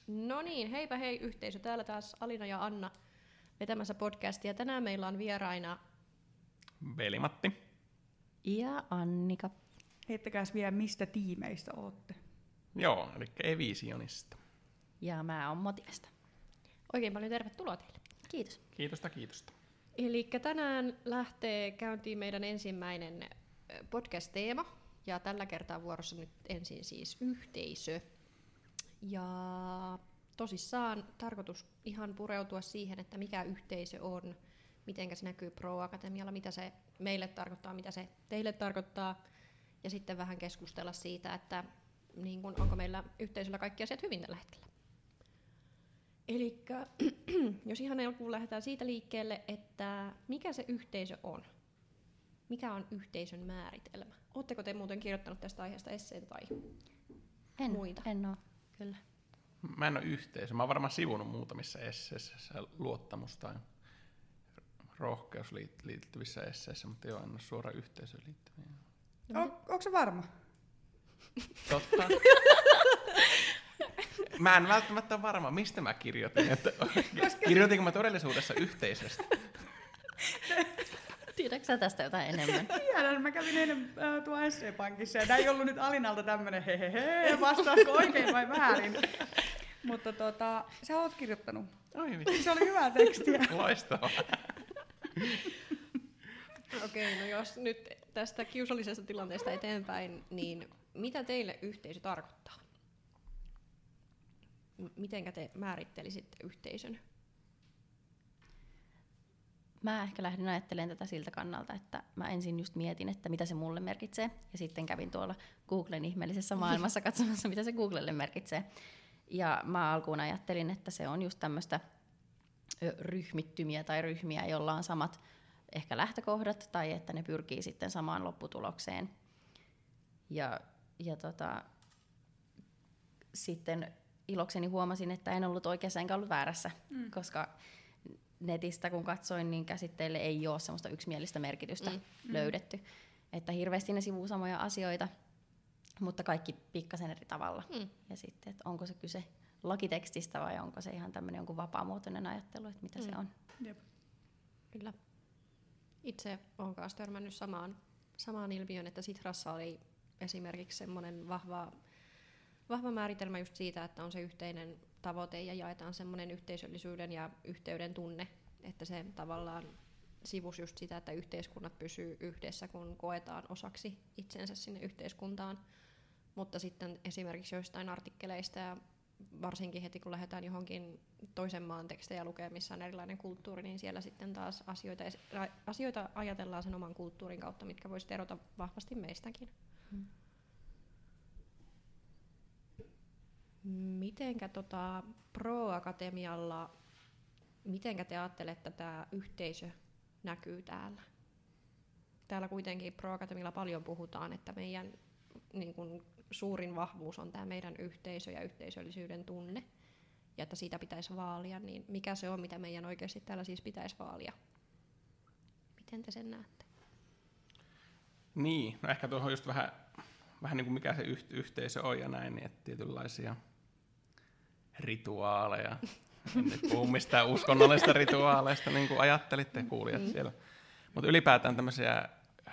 No niin, heipä hei yhteisö. Täällä taas Alina ja Anna vetämässä podcastia. Tänään meillä on vieraina Veli-Matti. Ja Annika. Heittäkääs vielä, mistä tiimeistä ootte. Joo, eli Evisionista. Ja mä oon Motiasta. Oikein paljon tervetuloa teille. Kiitos. Kiitosta. Eli tänään lähtee käyntiin meidän ensimmäinen podcast-teema. Ja tällä kertaa vuorossa nyt ensin siis yhteisö. Ja tosissaan tarkoitus ihan pureutua siihen, että mikä yhteisö on, miten se näkyy Pro Akatemialla, mitä se meille tarkoittaa, mitä se teille tarkoittaa. Ja sitten vähän keskustella siitä, että niin kun, onko meillä yhteisöllä kaikki asiat hyvin tällä hetkellä. Eli jos ihan alkuun lähdetään siitä liikkeelle, että mikä se yhteisö on? Mikä on yhteisön määritelmä? Oletteko te muuten kirjoittanut tästä aiheesta esseen tai muita? En ole, kyllä. Mä en ole yhteisö. Mä oon varmaan sivunut muutamissa esseissä luottamus tai rohkeus liittyvissä esseissä, mutta joo, en ole suoraan yhteisöön liittyviä. Onko se varma? Totta. Mä en välttämättä ole varma, mistä mä kirjoitin. Kirjoitinko mä todellisuudessa yhteisöstä? Tiedätkö sä tästä jotain enemmän? Tiedän, mä kävin eilen tuo SC-pankissa ja tää ei ollut nyt Alinalta tämmönen hehehe, vastaatko oikein vai väärin. Mutta sä oot kirjoittanut. Oi vitsi. Se oli hyvää tekstiä. Loistavaa. Okei, no jos nyt tästä kiusallisesta tilanteesta eteenpäin, niin mitä teille yhteisö tarkoittaa? Mitenkä te määrittelisitte yhteisön? Mä ehkä lähdin ajattelemaan tätä siltä kannalta, että mä ensin just mietin, että mitä se mulle merkitsee. Ja sitten kävin tuolla Googlen ihmeellisessä maailmassa katsomassa, mitä se Googlelle merkitsee. Ja mä alkuun ajattelin, että se on just tämmöistä ryhmittymiä tai ryhmiä, joilla on samat ehkä lähtökohdat, tai että ne pyrkii sitten samaan lopputulokseen. Ja sitten ilokseni huomasin, että en ollut oikeassa enkä ollut väärässä, koska netistä kun katsoin, niin käsitteille ei ole semmoista yksimielistä merkitystä löydetty. Että hirveästi ne sivuu samoja asioita, mutta kaikki pikkasen eri tavalla. Ja sitten, että onko se kyse lakitekstistä vai onko se ihan tämmöinen jonkun vapaamuotoinen ajattelu, että mitä se on. Jep. Kyllä. Itse olen kanssa törmännyt samaan ilmiöön, että Sitrassa oli esimerkiksi semmoinen vahva määritelmä just siitä, että on se yhteinen tavoite ja jaetaan semmoinen yhteisöllisyyden ja yhteyden tunne, että se tavallaan sivusi just sitä, että yhteiskunnat pysyy yhdessä, kun koetaan osaksi itsensä sinne yhteiskuntaan. Mutta sitten esimerkiksi joistain artikkeleista ja varsinkin heti kun lähdetään johonkin toisen maan tekstejä lukemaan, missä on erilainen kulttuuri, niin siellä sitten taas asioita ajatellaan sen oman kulttuurin kautta, mitkä voisi erota vahvasti meistäkin. Mitenkä Pro Akatemialla, mitenkä te ajattelette, että tämä yhteisö näkyy täällä? Täällä kuitenkin Pro Akatemialla paljon puhutaan, että meidän niin kun, suurin vahvuus on tämä meidän yhteisö ja yhteisöllisyyden tunne, ja että siitä pitäisi vaalia, niin mikä se on, mitä meidän oikeasti täällä siis pitäisi vaalia? Miten te sen näette? Niin, no ehkä tuohon just vähän niin kuin mikä se yhteisö on ja näin, niin että tietynlaisia rituaaleja. En nyt puhu mistään uskonnollisista rituaaleista, niin kuin ajattelitte kuulijat siellä. Mutta ylipäätään tämmöisiä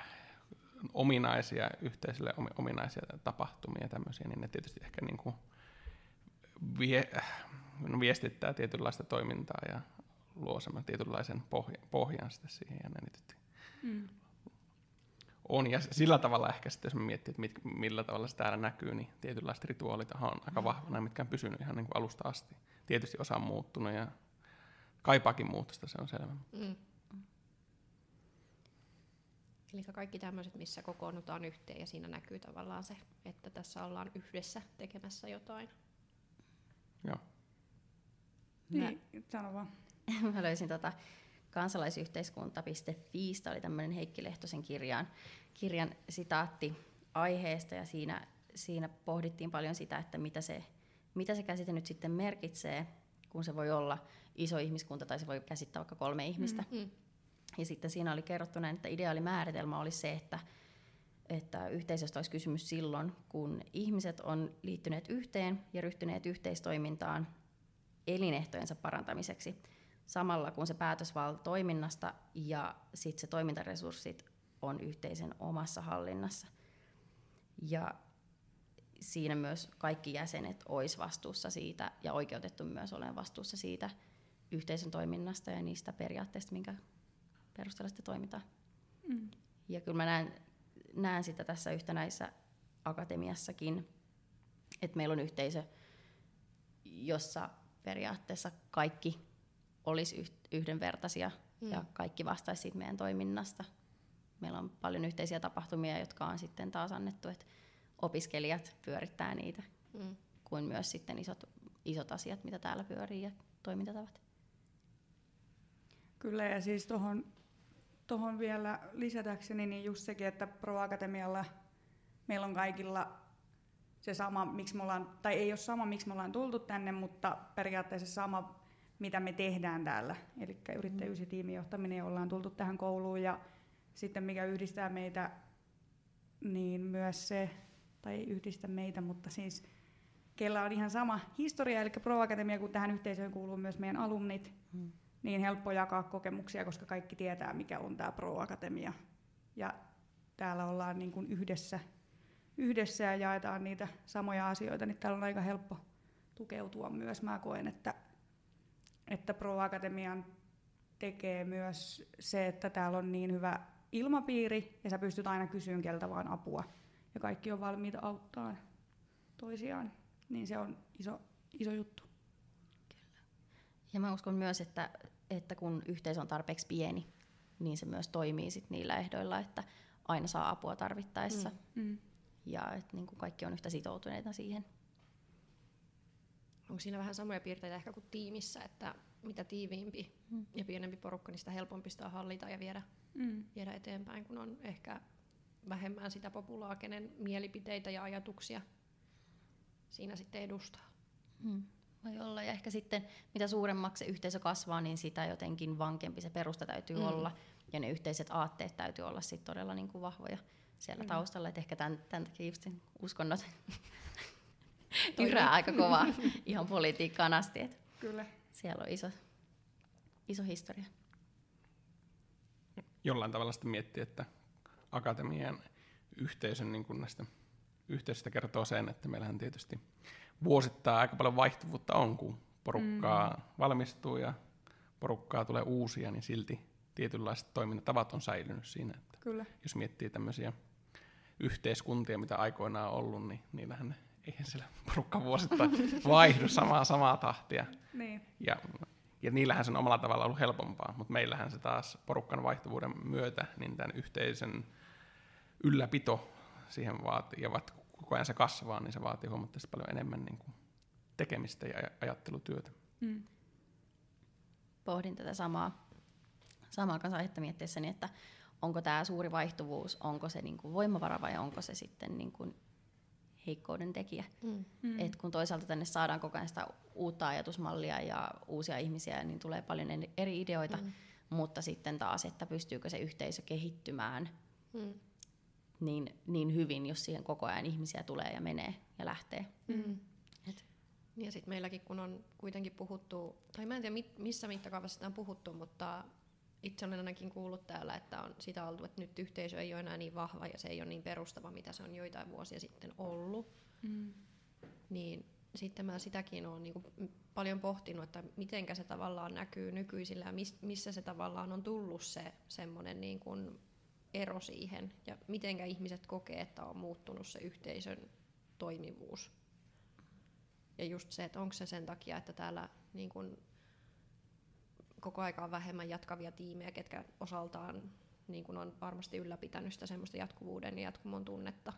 yhteisölle ominaisia tapahtumia tämmöisiä, niin ne tietysti ehkä niin kuin viestittää tietynlaista toimintaa ja luo semmoinen tietynlaisen pohjan sitten siihen. Ja ne tietysti on, ja sillä tavalla ehkä sitten, jos me miettii, että millä tavalla se täällä näkyy, niin tietynlaiset rituaalit on aika vahvana, mitkä on pysynyt ihan niin kuin alusta asti. Tietysti osa on muuttunut ja kaipaakin muutosta, se on selvä. Eli kaikki tämmöiset, missä kokoonnutaan yhteen ja siinä näkyy tavallaan se, että tässä ollaan yhdessä tekemässä jotain. Joo. Niin, sano vaan. Mä löysin kansalaisyhteiskunta.fiistä oli tämmöinen Heikki Lehtosen kirjan sitaatti aiheesta, ja siinä pohdittiin paljon sitä, että mitä se käsite nyt sitten merkitsee, kun se voi olla iso ihmiskunta tai se voi käsittää vaikka 3 ihmistä. Ja sitten siinä oli kerrottu näin, että ideaalimääritelmä olisi se, että että yhteisöstä olisi kysymys silloin, kun ihmiset on liittyneet yhteen ja ryhtyneet yhteistoimintaan elinehtojensa parantamiseksi, samalla kun se päätösvalta toiminnasta ja sit se toimintaresurssit on yhteisön omassa hallinnassa. Ja siinä myös kaikki jäsenet olisi vastuussa siitä ja oikeutettu myös olemaan vastuussa siitä yhteisön toiminnasta ja niistä periaatteista, minkä perusteella sitten toimitaan. Ja kyllä mä näen sitä tässä yhtenäisessä akatemiassakin, että meillä on yhteisö, jossa periaatteessa kaikki olisi yhdenvertaisia ja kaikki vastaisi siitä meidän toiminnasta. Meillä on paljon yhteisiä tapahtumia, jotka on sitten taas annettu, että opiskelijat pyörittää niitä, kuin myös sitten isot asiat, mitä täällä pyörii ja toimintatavat. Kyllä, ja siis tuohon vielä lisätäkseni, niin just sekin, että Pro-akatemialla meillä on kaikilla se sama, miksi me ollaan, tai ei ole sama, miksi me ollaan tultu tänne, mutta periaatteessa sama, mitä me tehdään täällä. Eli yrittäjyys- ja tiimijohtaminen, ollaan tultu tähän kouluun, ja sitten mikä yhdistää meitä, niin myös se, tai ei yhdistä meitä, mutta siis kellä on ihan sama historia, eli Pro-akatemia, kun tähän yhteisöön kuuluu myös meidän alumnit, niin helppo jakaa kokemuksia, koska kaikki tietää, mikä on tämä Pro-akatemia. Ja täällä ollaan niin kuin yhdessä ja jaetaan niitä samoja asioita, niin täällä on aika helppo tukeutua myös. Mä koen, että Pro-akatemian tekee myös se, että täällä on niin hyvä ilmapiiri ja sä pystyt aina kysyyn keltä vaan apua. Ja kaikki on valmiita auttaa toisiaan, niin se on iso juttu. Ja mä uskon myös, että kun yhteisö on tarpeeksi pieni, niin se myös toimii sit niillä ehdoilla, että aina saa apua tarvittaessa. Ja että niin kuin kaikki on yhtä sitoutuneita siihen. Onko siinä vähän samoja piirteitä ehkä kuin tiimissä, että mitä tiiviimpi ja pienempi porukka, niin sitä helpompi sitä hallita ja viedä eteenpäin, kun on ehkä vähemmän sitä populaa, kenen mielipiteitä ja ajatuksia siinä sitten edustaa. Voi olla, ja ehkä sitten mitä suuremmaksi se yhteisö kasvaa, niin sitä jotenkin vankempi se perusta täytyy olla, ja ne yhteiset aatteet täytyy olla sitten todella niin kuin vahvoja siellä taustalla, että ehkä tämän takia just uskonnot jyrää aika kovaa ihan politiikkaan asti, että Kyllä. siellä on iso historia. Jollain tavalla sitten miettii, että akatemian yhteisön niin kuin näistä yhteisöstä kertoo sen, että meillähän tietysti vuosittain aika paljon vaihtuvuutta on, kun porukkaa valmistuu ja porukkaa tulee uusia, niin silti tietynlaiset toimintatavat on säilynyt siinä. Että Kyllä. jos miettii tämmöisiä yhteiskuntia, mitä aikoinaan on ollut, niin niillähän eihän siellä porukka vuosittain vaihdu samaa tahtia. Niin. Ja niillähän se on omalla tavalla ollut helpompaa, mutta meillähän se taas porukkan vaihtuvuuden myötä, niin tämän yhteisön ylläpito siihen vaatii, ja koko ajan se kasvaa, niin se vaatii huomattavasti paljon enemmän niin kuin tekemistä ja ajattelutyötä. Pohdin tätä samaa kanssa aihetta miettiessäni, että onko tämä suuri vaihtuvuus, onko se niin kuin voimavara vai onko se sitten niin kuin heikkouden tekijä. Et kun toisaalta tänne saadaan koko ajan sitä uutta ajatusmallia ja uusia ihmisiä, niin tulee paljon eri ideoita, mutta sitten taas, että pystyykö se yhteisö kehittymään niin hyvin, jos siihen koko ajan ihmisiä tulee ja menee ja lähtee. Ja sitten meilläkin, kun on kuitenkin puhuttu, tai mä en tiedä missä mittakaavassa sitä on puhuttu, mutta itse olen ainakin kuullut täällä, että on sitä oltu, että nyt yhteisö ei ole enää niin vahva ja se ei ole niin perustava, mitä se on joitain vuosia sitten ollut. Niin sitten mä sitäkin olen niin kuin paljon pohtinut, että mitenkä se tavallaan näkyy nykyisillä ja missä se tavallaan on tullut se semmoinen niin kuin ero siihen ja mitenkä ihmiset kokee, että on muuttunut se yhteisön toimivuus. Ja just se, että onko se sen takia, että täällä niin kun koko aika on vähemmän jatkavia tiimejä, ketkä osaltaan niin kun on varmasti ylläpitänyt sitä semmoista jatkuvuuden ja jatkumon tunnetta.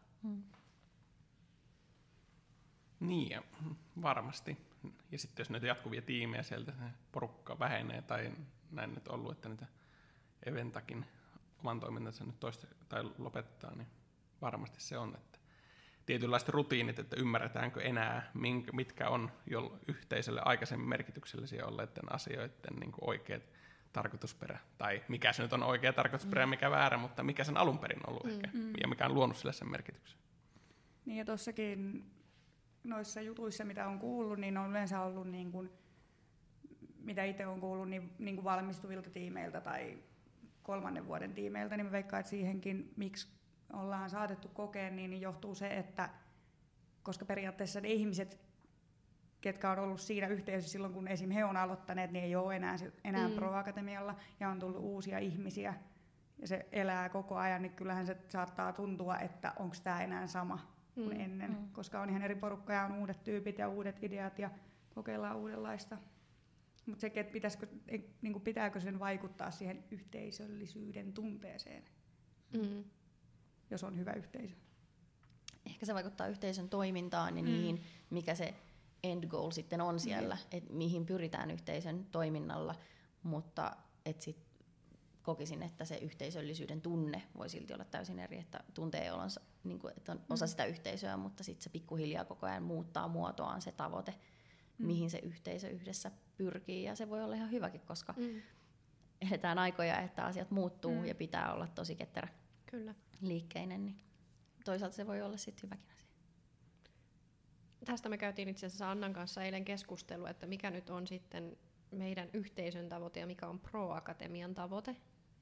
Niin, ja varmasti. Ja sitten jos näitä jatkuvia tiimejä sieltä porukka vähenee, tai näin nyt ollut, että niitä Eventakin oman toimintansa nyt tai lopettaa, niin varmasti se on, että tietynlaiset rutiinit, että ymmärretäänkö enää, mitkä on jo yhteisölle aikaisemmin merkityksellisiä olleiden asioiden niin kuin oikeat tarkoitusperä, tai mikä se nyt on oikea tarkoitusperä ja mikä väärä, mutta mikä sen alun perin on ollut ehkä, ja mikä on luonut sille sen merkityksen. Niin ja tossakin noissa jutuissa, mitä on kuullut, niin on yleensä ollut, niin kuin, mitä itse on kuullut, niin kuin valmistuvilta tiimeiltä tai 3. vuoden tiimeiltä, niin mä veikkaan, että siihenkin, miksi ollaan saatettu kokea, niin johtuu se, että koska periaatteessa ne ihmiset, ketkä on ollut siinä yhteisössä silloin, kun esim. He on aloittaneet, niin ei ole enää Pro-akatemialla ja on tullut uusia ihmisiä ja se elää koko ajan, niin kyllähän se saattaa tuntua, että onko tämä enää sama kuin ennen, koska on ihan eri porukka ja on uudet tyypit ja uudet ideat ja kokeillaan uudenlaista. Mutta sekin, että niin pitääkö sen vaikuttaa siihen yhteisöllisyyden tunteeseen, jos on hyvä yhteisö. Ehkä se vaikuttaa yhteisön toimintaan ja niihin, mikä se end goal sitten on siellä, että mihin pyritään yhteisön toiminnalla, mutta sit kokisin, että se yhteisöllisyyden tunne voi silti olla täysin eri, että tuntee olonsa, niin kuin, että on osa sitä yhteisöä, mutta sitten se pikkuhiljaa koko ajan muuttaa muotoaan se tavoite, mihin se yhteisö yhdessä pyrkii, ja se voi olla ihan hyväkin, koska eletään aikoja, että asiat muuttuu ja pitää olla tosi ketterä liikkeinen, niin toisaalta se voi olla sitten hyväkin asia. Tästä me käytiin itse asiassa Annan kanssa eilen keskustelua, että mikä nyt on sitten meidän yhteisön tavoite ja mikä on Pro-akatemian tavoite.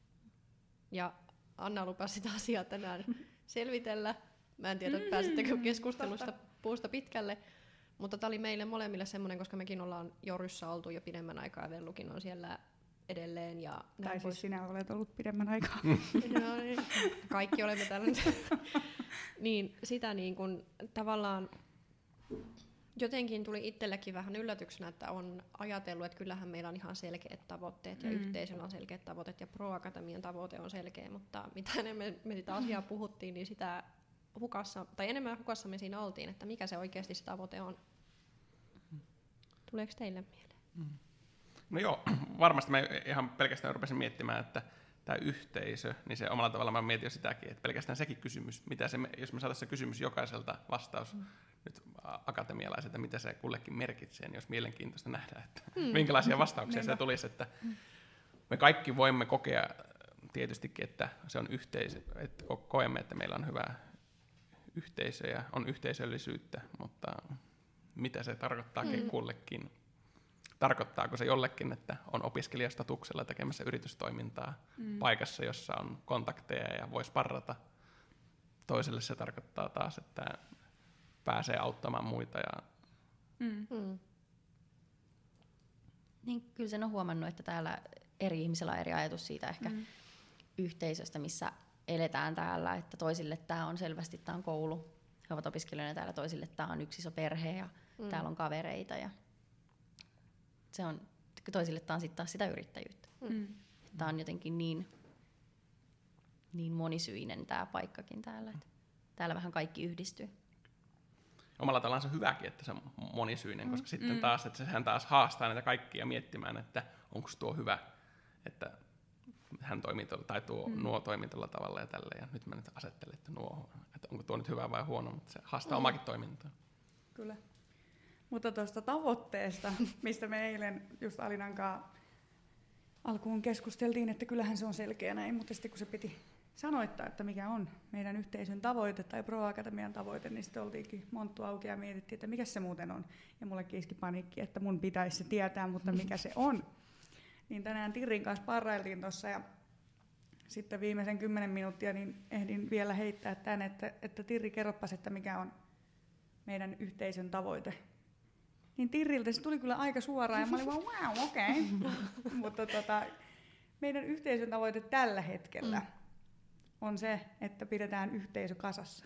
Ja Anna lupasi sitä asiaa tänään selvitellä. Mä en tiedä, pääsittekö keskustelusta puusta pitkälle, mutta tämä oli meille molemmille semmoinen, koska mekin ollaan Joryssä oltu jo pidemmän aikaa ja Vellukin on siellä edelleen. Ja tai siis sinä olet ollut pidemmän aikaa. No niin, kaikki olemme täällä nyt. Niin sitä niin kun tavallaan jotenkin tuli itsellekin vähän yllätyksenä, että on ajatellut, että kyllähän meillä on ihan selkeät tavoitteet ja yhteisöllä on selkeät tavoitteet ja Pro-akatemian tavoite on selkeä, mutta mitä enemmän me sitä asiaa puhuttiin, niin sitä enemmän hukassa me siinä oltiin, että mikä se oikeasti se tavoite on. Tuleeko teille mieleen? No joo, varmasti mä ihan pelkästään rupesin miettimään, että tämä yhteisö, niin se omalla tavalla mä mietin jo sitäkin, että pelkästään sekin kysymys, mitä se, jos me saataisiin se kysymys jokaiselta vastaus nyt akatemialaiselta, mitä se kullekin merkitsee, niin olisi mielenkiintoista nähdä, että minkälaisia vastauksia se tulisi, että me kaikki voimme kokea tietystikin, että se on yhteisö, että koemme, että meillä on hyvä yhteisö ja on yhteisöllisyyttä, mutta mitä se tarkoittaakin kullekin? Tarkoittaako se jollekin, että on opiskelijastatuksella tekemässä yritystoimintaa paikassa, jossa on kontakteja ja voi sparrata? Toiselle se tarkoittaa taas, että pääsee auttamaan muita. Ja Niin, kyllä sen on huomannut, että täällä eri ihmisillä on eri ajatus siitä ehkä yhteisöstä, missä eletään täällä, että toisille tämä on selvästi tämä on koulu. He ovat opiskelijoina täällä, toisille tämä on yksi iso perhe ja täällä on kavereita ja se on, toisille tämä on sitten taas sitä yrittäjyyttä. Tämä on jotenkin niin monisyinen tämä paikkakin täällä, että täällä vähän kaikki yhdistyy. Omalla tavallaan se on hyväkin, että se on monisyinen, koska sitten taas, että sehän taas haastaa näitä kaikkia miettimään, että onko tuo hyvä, että hän toimii tai nuo toimii tuolla tavalla ja tällä, ja nyt mä nyt asettelen, että onko tuo nyt hyvä vai huono, mutta se haastaa omakin toimintaa. Kyllä. Mutta tuosta tavoitteesta, mistä me eilen just Alinan kanssa alkuun keskusteltiin, että kyllähän se on selkeä näin, mutta sitten kun se piti sanoittaa, että mikä on meidän yhteisön tavoite tai Pro-akatemian tavoite, niin sitten oltiinkin monttu auki ja mietittiin, että mikä se muuten on. Ja mullekin iski paniikki, että mun pitäisi se tietää, mutta mikä se on. Niin tänään Tirrin kanssa parrailtiin tuossa ja sitten viimeisen 10 minuuttia niin ehdin vielä heittää tänne, että Tirri, kerropas, että mikä on meidän yhteisön tavoite. Niin Tirriltä se tuli kyllä aika suoraan ja mä olin vaan wow, okei. Mutta meidän yhteisön tavoite tällä hetkellä on se, että pidetään yhteisö kasassa.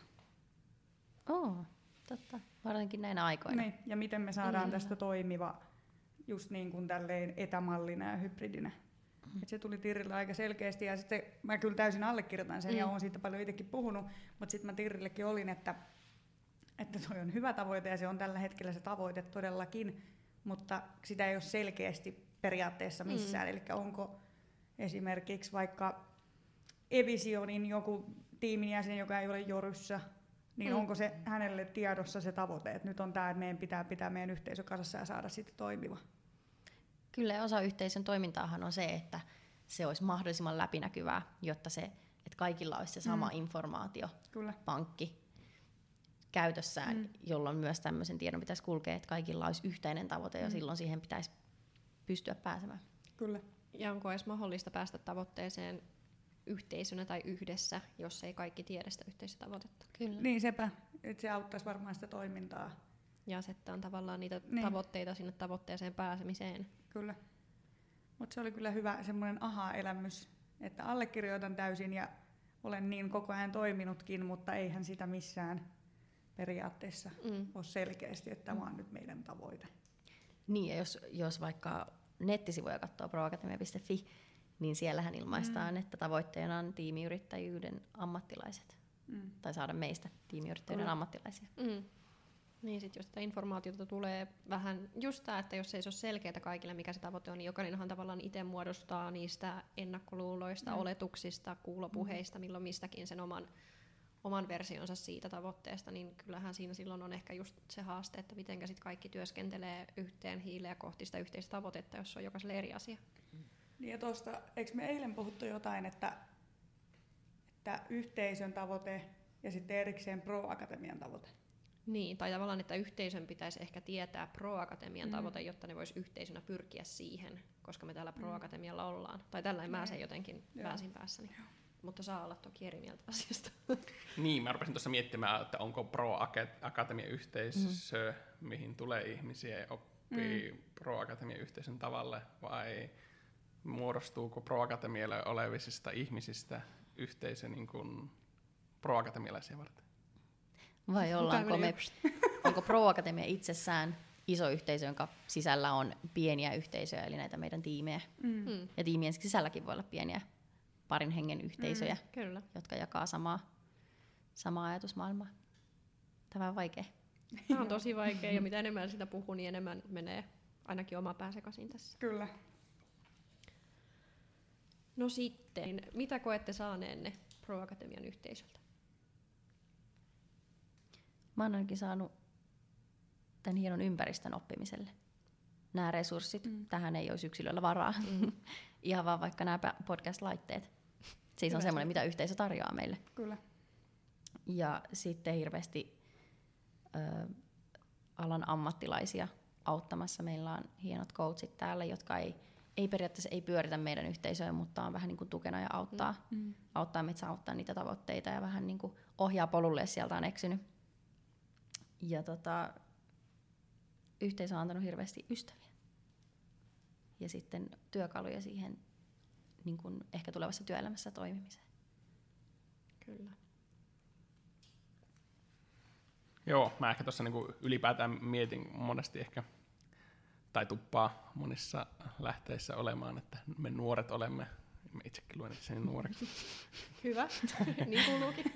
Totta. Varsinkin näinä aikoina. Niin, ja miten me saadaan tästä toimiva just niin kuin tälleen etämallina ja hybridinä. Et se tuli Tirrille aika selkeästi ja sitten mä kyllä täysin allekirjoitan sen ja oon siitä paljon itsekin puhunut, mutta sitten mä Tirrillekin olin, että toi on hyvä tavoite ja se on tällä hetkellä se tavoite todellakin, mutta sitä ei ole selkeästi periaatteessa missään. Eli onko esimerkiksi vaikka Evisionin joku tiimin jäsen, joka ei ole Joryssä, niin onko se hänelle tiedossa se tavoite, että nyt on tämä, että meidän pitää meidän yhteisö kasassa ja saada sitten toimiva? Kyllä, osa yhteisön toimintaahan on se, että se olisi mahdollisimman läpinäkyvää, jotta että kaikilla olisi se sama informaatio, Kyllä. pankki käytössään, jolloin myös tämmöisen tiedon pitäisi kulkea, että kaikilla olisi yhteinen tavoite ja silloin siihen pitäisi pystyä pääsemään. Kyllä. Ja onko edes mahdollista päästä tavoitteeseen yhteisönä tai yhdessä, jos ei kaikki tiedä sitä yhteisötavoitetta? Kyllä. Niin sepä, että se auttaisi varmaan sitä toimintaa. Ja asettaa tavallaan niitä Niin. tavoitteita sinne tavoitteeseen pääsemiseen. Kyllä. Mutta se oli kyllä hyvä semmoinen aha-elämys, että allekirjoitan täysin ja olen niin koko ajan toiminutkin, mutta eihän sitä missään periaatteessa ole selkeästi, että tämä on nyt meidän tavoite. Niin, ja jos vaikka nettisivuja katsoo proakatemia.fi, niin siellähän ilmaistaan, että tavoitteena on tiimiyrittäjyyden ammattilaiset. Tai saada meistä tiimiyrittäjyyden ammattilaisia. Niin sit jos tätä informaatiota tulee vähän just tää, että jos ei se ole selkeää kaikille mikä se tavoite on, niin jokainenhan tavallaan itse muodostaa niistä ennakkoluuloista, oletuksista, kuulopuheista, milloin mistäkin sen oman versionsa siitä tavoitteesta, niin kyllähän siinä silloin on ehkä just se haaste, että mitenkä sit kaikki työskentelee yhteen hiileä kohti sitä yhteistä tavoitetta, jos se on jokaiselle eri asia. Niin ja tuosta, eikö me eilen puhuttu jotain, että yhteisön tavoite ja sitten erikseen Pro-akatemian tavoite? Niin, tai tavallaan, että yhteisön pitäisi ehkä tietää Pro-akatemian tavoite, jotta ne vois yhteisönä pyrkiä siihen, koska me täällä Pro-akatemialla ollaan. Tai tällainen mä sen jotenkin pääsin päässäni. Mutta saa olla toki eri mieltä asiasta. Niin, mä rupesin tuossa miettimään, että onko Pro-akatemia yhteisö, mihin tulee ihmisiä ja oppii Pro-akatemian yhteisön tavalle, vai muodostuuko Pro-akatemialle olevisista ihmisistä yhteisö niin kuin pro-akatemialaisia varten? Vai onko Pro-akatemia itsessään iso yhteisö, jonka sisällä on pieniä yhteisöjä, eli näitä meidän tiimejä. Ja tiimien sisälläkin voi olla pieniä parin hengen yhteisöjä, Kyllä. jotka jakaa samaa ajatusmaailmaa. Tämä on vaikea. Tämä on tosi vaikea, ja mitä enemmän sitä puhuu, niin enemmän menee ainakin oma pää sekaisin tässä. Kyllä. No sitten, mitä koette saaneenne Pro-akatemian yhteisöltä? Mä oon ainakin saanut tämän hienon ympäristön oppimiselle. Nämä resurssit, tähän ei olisi yksilöllä varaa. Ihan vaan vaikka nämä podcast-laitteet. Siis on semmoinen, mitä yhteisö tarjoaa meille. Kyllä. Ja sitten hirveästi alan ammattilaisia auttamassa. Meillä on hienot coachit täällä, jotka ei periaatteessa ei pyöritä meidän yhteisöä, mutta on vähän niin kuin tukena ja auttaa meitä saavuttaa niitä tavoitteita ja vähän niin kuin ohjaa polulle, jos sieltä on eksynyt. Ja yhteisö on antanut hirveästi ystäviä. Ja sitten työkaluja siihen niin kuin ehkä tulevassa työelämässä toimimiseen. Kyllä. Joo, mä ehkä tuossa niinku ylipäätään mietin monesti ehkä, tai tuppaa monissa lähteissä olemaan, että me nuoret olemme, mä itsekin luen sen nuoreksi. Hyvä, niin kuuluukin.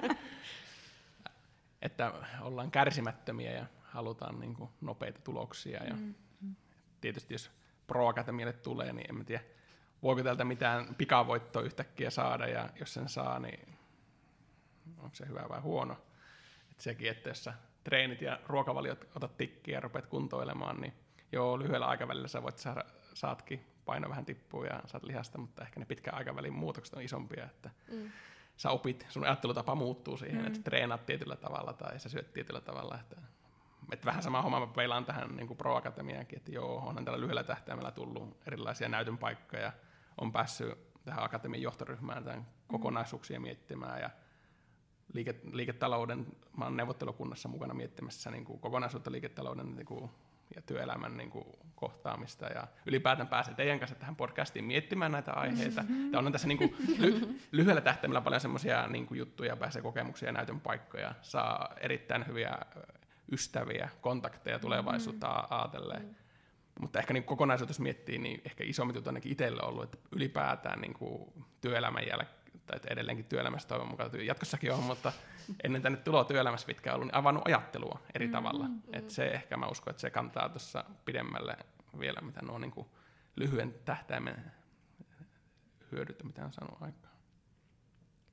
Että ollaan kärsimättömiä ja halutaan niinku nopeita tuloksia. Ja tietysti jos Pro-akatemialle tulee, niin en mä tiedä, voiko täältä mitään pikavoittoa yhtäkkiä saada, ja jos sen saa, niin onko se hyvä vai huono. Et sekin, että jos sä treenit ja ruokavaliot otat tikkiä ja rupeat kuntoilemaan, niin joo, lyhyellä aikavälillä sä saatkin paino vähän tippua ja saat lihasta, mutta ehkä ne pitkän aikavälin muutokset on isompia, että sä opit, sun ajattelutapa muuttuu siihen, että treenaat tietyllä tavalla tai sä syöt tietyllä tavalla. Että vähän sama homma mä peilaan tähän niin kuin Pro-akatemiaankin, että joo, onhan tällä lyhyellä tähtäimellä tullut erilaisia näytön paikkoja, on päässyt tähän akatemian johtoryhmään tämän kokonaisuuksia miettimään ja liiketalouden, mä oon neuvottelukunnassa mukana miettimässä niin kuin kokonaisuutta liiketalouden niin kuin, ja työelämän niin kuin, kohtaamista ja ylipäätään pääsee teidän kanssa tähän podcastiin miettimään näitä aiheita. Ja on tässä niin kuin, lyhyellä tähtäimellä paljon semmoisia niin kuin juttuja, pääsee kokemuksia ja näytön paikkoja, saa erittäin hyviä ystäviä, kontakteja tulevaisuutta ajatellen. Mutta ehkä niin kokonaisuudessa miettii, niin ehkä isommin juttu ainakin itselle ollut, että ylipäätään niin kuin työelämän jälkeen, tai edelleenkin työelämässä toivon mukaan jatkossakin on, mutta ennen tänne tuloa työelämässä pitkään ollut, niin avannut ajattelua eri tavalla. Että se ehkä mä uskon, että se kantaa tuossa pidemmälle vielä, mitä nuo niin kuin lyhyen tähtäimen hyödyt, mitä on saanut aikaan.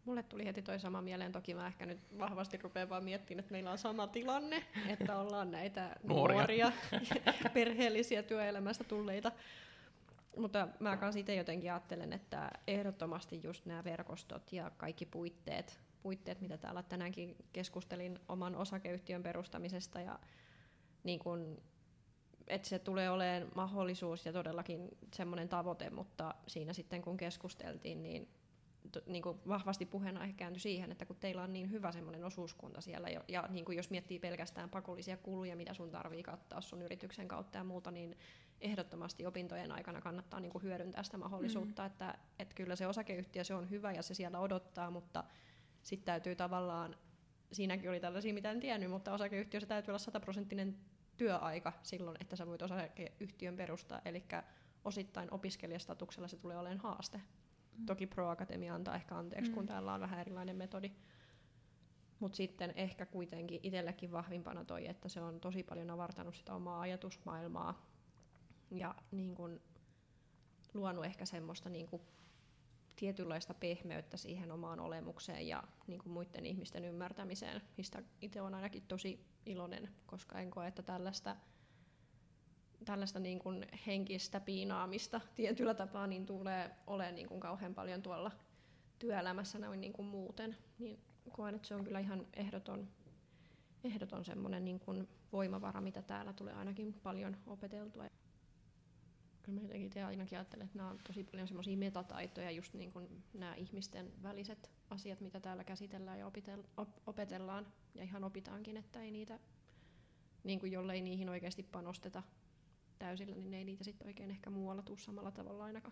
Mulle tuli heti toi sama mieleen, toki mä ehkä nyt vahvasti rupean vaan miettimään, että meillä on sama tilanne, että ollaan näitä nuoria perheellisiä työelämästä tulleita. Mutta mä kanssa itse jotenkin ajattelen, että ehdottomasti just nämä verkostot ja kaikki puitteet, mitä täällä tänäänkin keskustelin oman osakeyhtiön perustamisesta ja niin kun, että se tulee olemaan mahdollisuus ja todellakin semmoinen tavoite, mutta siinä sitten kun keskusteltiin, niin kuin vahvasti puheenaihe kääntyi siihen, että kun teillä on niin hyvä semmoinen osuuskunta siellä, ja niin kuin jos miettii pelkästään pakollisia kuluja, mitä sun tarvii kattaa sun yrityksen kautta ja muuta, niin ehdottomasti opintojen aikana kannattaa niin kuin hyödyntää sitä mahdollisuutta, että kyllä se osakeyhtiö se on hyvä ja se siellä odottaa, mutta sitten täytyy tavallaan, siinäkin oli tällaisia mitä en tiennyt, mutta osakeyhtiössä täytyy olla 100% työaika silloin, että sä voit osakeyhtiön perustaa, eli osittain opiskelijastatuksella se tulee olemaan haaste. Toki Pro Akatemia antaa ehkä anteeksi, kun täällä on vähän erilainen metodi. Mutta sitten ehkä kuitenkin itsellekin vahvimpana toi, että se on tosi paljon avartanut sitä omaa ajatusmaailmaa ja niin kun luonut ehkä semmoista niin kun tietynlaista pehmeyttä siihen omaan olemukseen ja niin kun muiden ihmisten ymmärtämiseen, mistä itse olen ainakin tosi iloinen, koska en koe, että tällaista niin kuin henkistä piinaamista tietyllä tapaa niin tulee olemaan niin kuin kauhean paljon tuolla työelämässä noin niin kuin muuten. Niin koen, että se on kyllä ihan ehdoton semmoinen niin kuin voimavara, mitä täällä tulee ainakin paljon opeteltua. Kyllä mä jotenkin itse ainakin ajattelen, että nämä on tosi paljon semmoisia metataitoja, just niin kuin nämä ihmisten väliset asiat, mitä täällä käsitellään ja opetellaan ja ihan opitaankin, että ei niitä, niin kuin jollei niihin oikeasti panosteta täysillä, niin ei niitä sitten oikein ehkä muualla tule samalla tavalla ainakaan.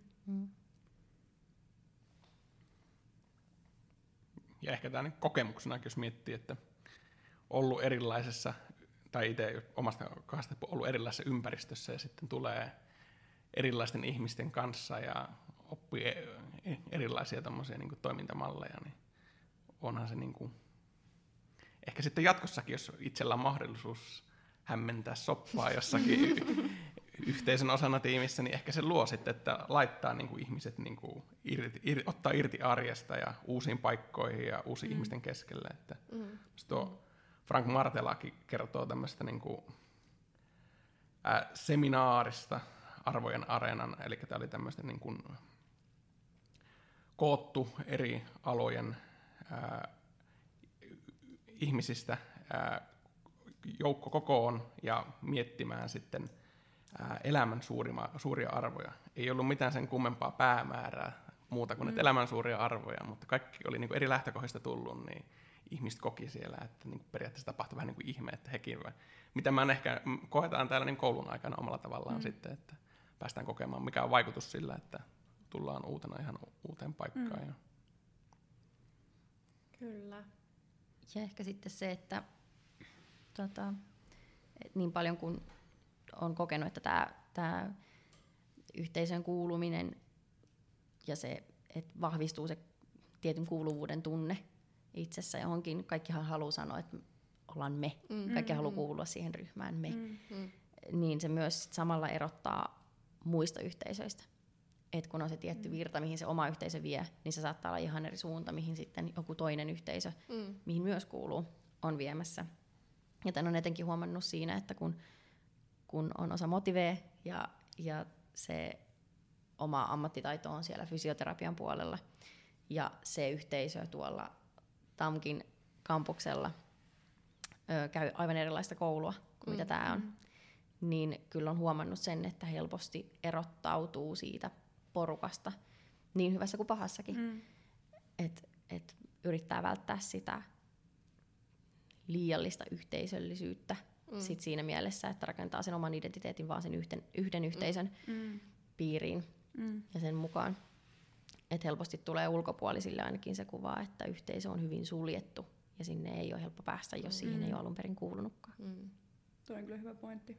Ja ehkä tämä kokemuksena, jos miettii, että ollut erilaisessa, tai itse omasta kohdasta ollut erilaisessa ympäristössä ja sitten tulee erilaisten ihmisten kanssa ja oppii erilaisia niin toimintamalleja, niin onhan se niin kuin, ehkä sitten jatkossakin, jos itsellä on mahdollisuus hämmentää soppaa jossakin yhteisön osana tiimissä, niin ehkä se luo sitten, että laittaa niin kuin ihmiset niin kuin ottaa irti arjesta ja uusiin paikkoihin ja uusiin ihmisten keskelle. Että tuo Frank Martelakin kertoo tämmöistä niin kuin, seminaarista Arvojen areenan, eli tämä oli tämmöistä niin kuin, koottu eri alojen ihmisistä joukko kokoon ja miettimään sitten elämän suuria arvoja. Ei ollut mitään sen kummempaa päämäärää muuta kuin elämän suuria arvoja, mutta kaikki oli niin kuin eri lähtökohdista tullut, niin ihmiset koki siellä, että niin kuin periaatteessa tapahtui vähän niin kuin ihme, että hekin, mitä mä ehkä koetaan täällä niin koulun aikana omalla tavallaan sitten, että päästään kokemaan, mikä on vaikutus sillä, että tullaan uutena ihan uuteen paikkaan. Kyllä. Ja ehkä sitten se, että niin paljon kuin on kokenut, että tämä yhteisön kuuluminen ja se, että vahvistuu se tietyn kuuluvuuden tunne itsessä johonkin. Kaikkihan haluaa sanoa, että ollaan me. Kaikki haluaa kuulua siihen ryhmään me. Niin se myös samalla erottaa muista yhteisöistä. Et kun on se tietty virta, mihin se oma yhteisö vie, niin se saattaa olla ihan eri suunta, mihin sitten joku toinen yhteisö, mihin myös kuuluu, on viemässä. Ja tämän on etenkin huomannut siinä, että kun on osa motivee ja se oma ammattitaito on siellä fysioterapian puolella ja se yhteisö tuolla TAMKin kampuksella käy aivan erilaista koulua kuin mitä tämä on, niin kyllä on huomannut sen, että helposti erottautuu siitä porukasta niin hyvässä kuin pahassakin. Et yrittää välttää sitä liiallista yhteisöllisyyttä sit siinä mielessä, että rakentaa sen oman identiteetin vaan sen yhden yhteisön piiriin ja sen mukaan. Et helposti tulee ulkopuolisille ainakin se kuva, että yhteisö on hyvin suljettu ja sinne ei ole helppo päästä, jos siihen ei ole alun perin kuulunutkaan. Tuo on kyllä hyvä pointti.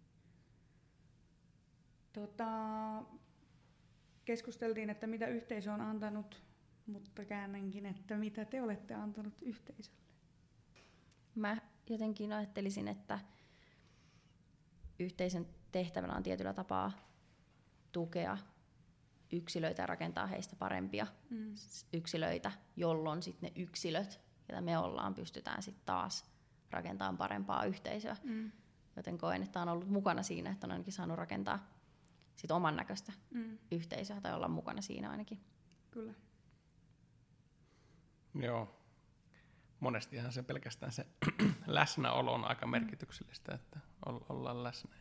Keskusteltiin, että mitä yhteisö on antanut, mutta käännänkin, että mitä te olette antanut yhteisölle. Mä jotenkin ajattelisin, että yhteisön tehtävänä on tietyllä tapaa tukea yksilöitä ja rakentaa heistä parempia yksilöitä, jolloin sitten ne yksilöt, joita me ollaan, pystytään sitten taas rakentamaan parempaa yhteisöä. Joten koen, että on ollut mukana siinä, että on ainakin saanut rakentaa sit oman näköistä yhteisöä tai olla mukana siinä ainakin. Kyllä. Joo. Monestihan se pelkästään se läsnäolo on aika merkityksellistä, että ollaan läsnä.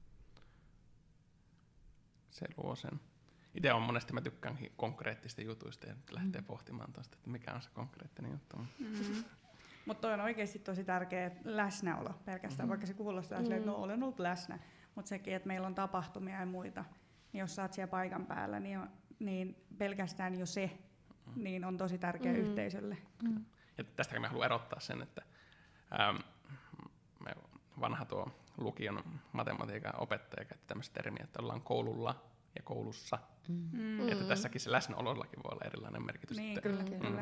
Se luo sen. Itse on monesti, mä tykkäänkin konkreettista jutuista ja lähtee pohtimaan tuosta, että mikä on se konkreettinen juttu. Mutta toi on oikeasti tosi tärkeä läsnäolo pelkästään, vaikka se kuulostaa silleen, että no olen ollut läsnä. Mutta sekin, että meillä on tapahtumia ja muita, niin jos sä oot siellä paikan päällä, niin pelkästään jo se niin on tosi tärkeä yhteisölle. Ja tästäkin mä haluan erottaa sen, että vanha tuo lukion matematiikan opettaja käytti tämmöistä termiä, että ollaan koululla ja koulussa. Että tässäkin se läsnäolollakin voi olla erilainen merkitys. Niin, kyllä.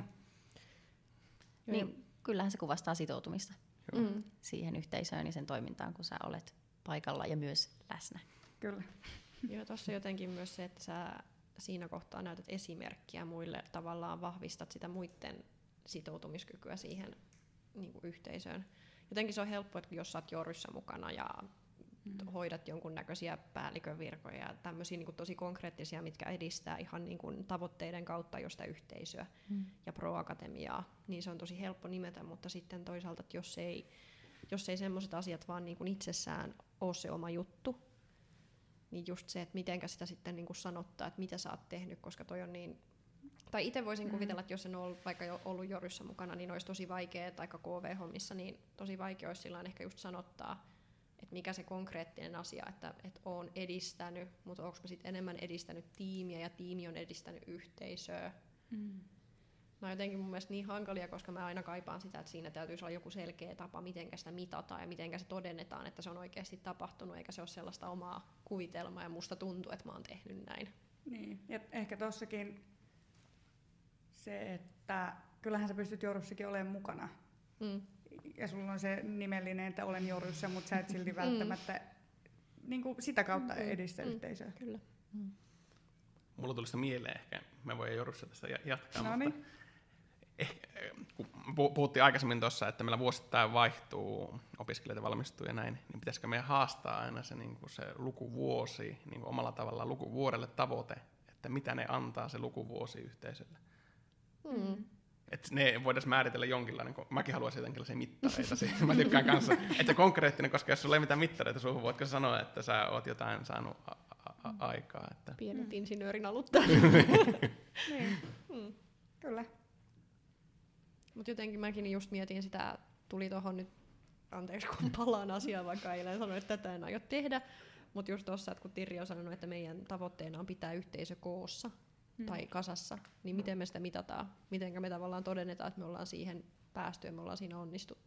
Niin, kyllähän se kuvastaa sitoutumista siihen yhteisöön ja sen toimintaan, kun sä olet paikalla ja myös läsnä. Kyllä. Joo, tuossa jotenkin myös se, että sä siinä kohtaa näytät esimerkkiä muille, tavallaan vahvistat sitä muiden sitoutumiskykyä siihen niin kuin yhteisöön. Jotenkin se on helppoa, että jos sä oot joryssä mukana ja hoidat jonkunnäköisiä päällikön virkoja ja tämmöisiä niin kuin tosi konkreettisia, mitkä edistää ihan niin kuin tavoitteiden kautta jo sitä yhteisöä ja Pro-akatemiaa, niin se on tosi helppo nimetä, mutta sitten toisaalta, että jos ei semmoiset asiat vaan niin kuin itsessään ole se oma juttu, niin just se, että mitenkä sitä sitten niin kuin sanottaa, että mitä sä oot tehnyt, koska toi on niin. Tai itse voisin kuvitella, että jos en ole vaikka jo ollut joryssä mukana, niin olisi tosi vaikea, tai KV-hommissa, niin tosi vaikea olisi silloin ehkä just sanottaa, että mikä se konkreettinen asia, että olen edistänyt, mutta onko mä sitten enemmän edistänyt tiimiä ja tiimi on edistänyt yhteisöä. Mä oon jotenkin mun mielestä niin hankalia, koska mä aina kaipaan sitä, että siinä täytyisi olla joku selkeä tapa, miten sitä mitataan ja miten se todennetaan, että se on oikeasti tapahtunut, eikä se ole sellaista omaa kuvitelmaa ja musta tuntuu, että mä oon tehnyt näin. Niin, ja ehkä tossakin se, että kyllähän sä pystyt jorussakin olemaan mukana. Ja sulla on se nimellinen, että olen jorussa, mutta sä et silti välttämättä niin kuin sitä kautta edistä yhteisöä. Kyllä. Mulla tuli sitä mieleen ehkä, mä voin jorussa tästä jatkaa, Noniin. mutta kun puhuttiin aikaisemmin tuossa, että meillä vuosittain vaihtuu opiskelijoita valmistuu ja näin, niin pitäisikö meidän haastaa aina se, niin kuin se lukuvuosi, niin kuin omalla tavallaan lukuvuodelle tavoite, että mitä ne antaa se lukuvuosi yhteisölle. Että ne voitaisiin määritellä jonkinlainen, mäkin haluaisin jonkinlaisia mittareita siihen, mä tykkään kanssa, että konkreettinen, koska jos sulla ei mitään mittareita suhun, voitko sanoa, että sä oot jotain saanut aikaa. Että. Pienet insinöörin aluttaa. Niin. Kyllä. Mutta jotenkin mäkin just mietin sitä, tuli tuohon nyt, anteeksi kun palaan asiaan, vaikka eilen sanoin, että tätä en aio tehdä, mutta just tuossa, että kun Tirri on sanonut, että meidän tavoitteena on pitää yhteisö koossa tai kasassa, niin miten me sitä mitataan? Miten me tavallaan todennetaan, että me ollaan siihen päästy ja me ollaan siinä onnistuttu?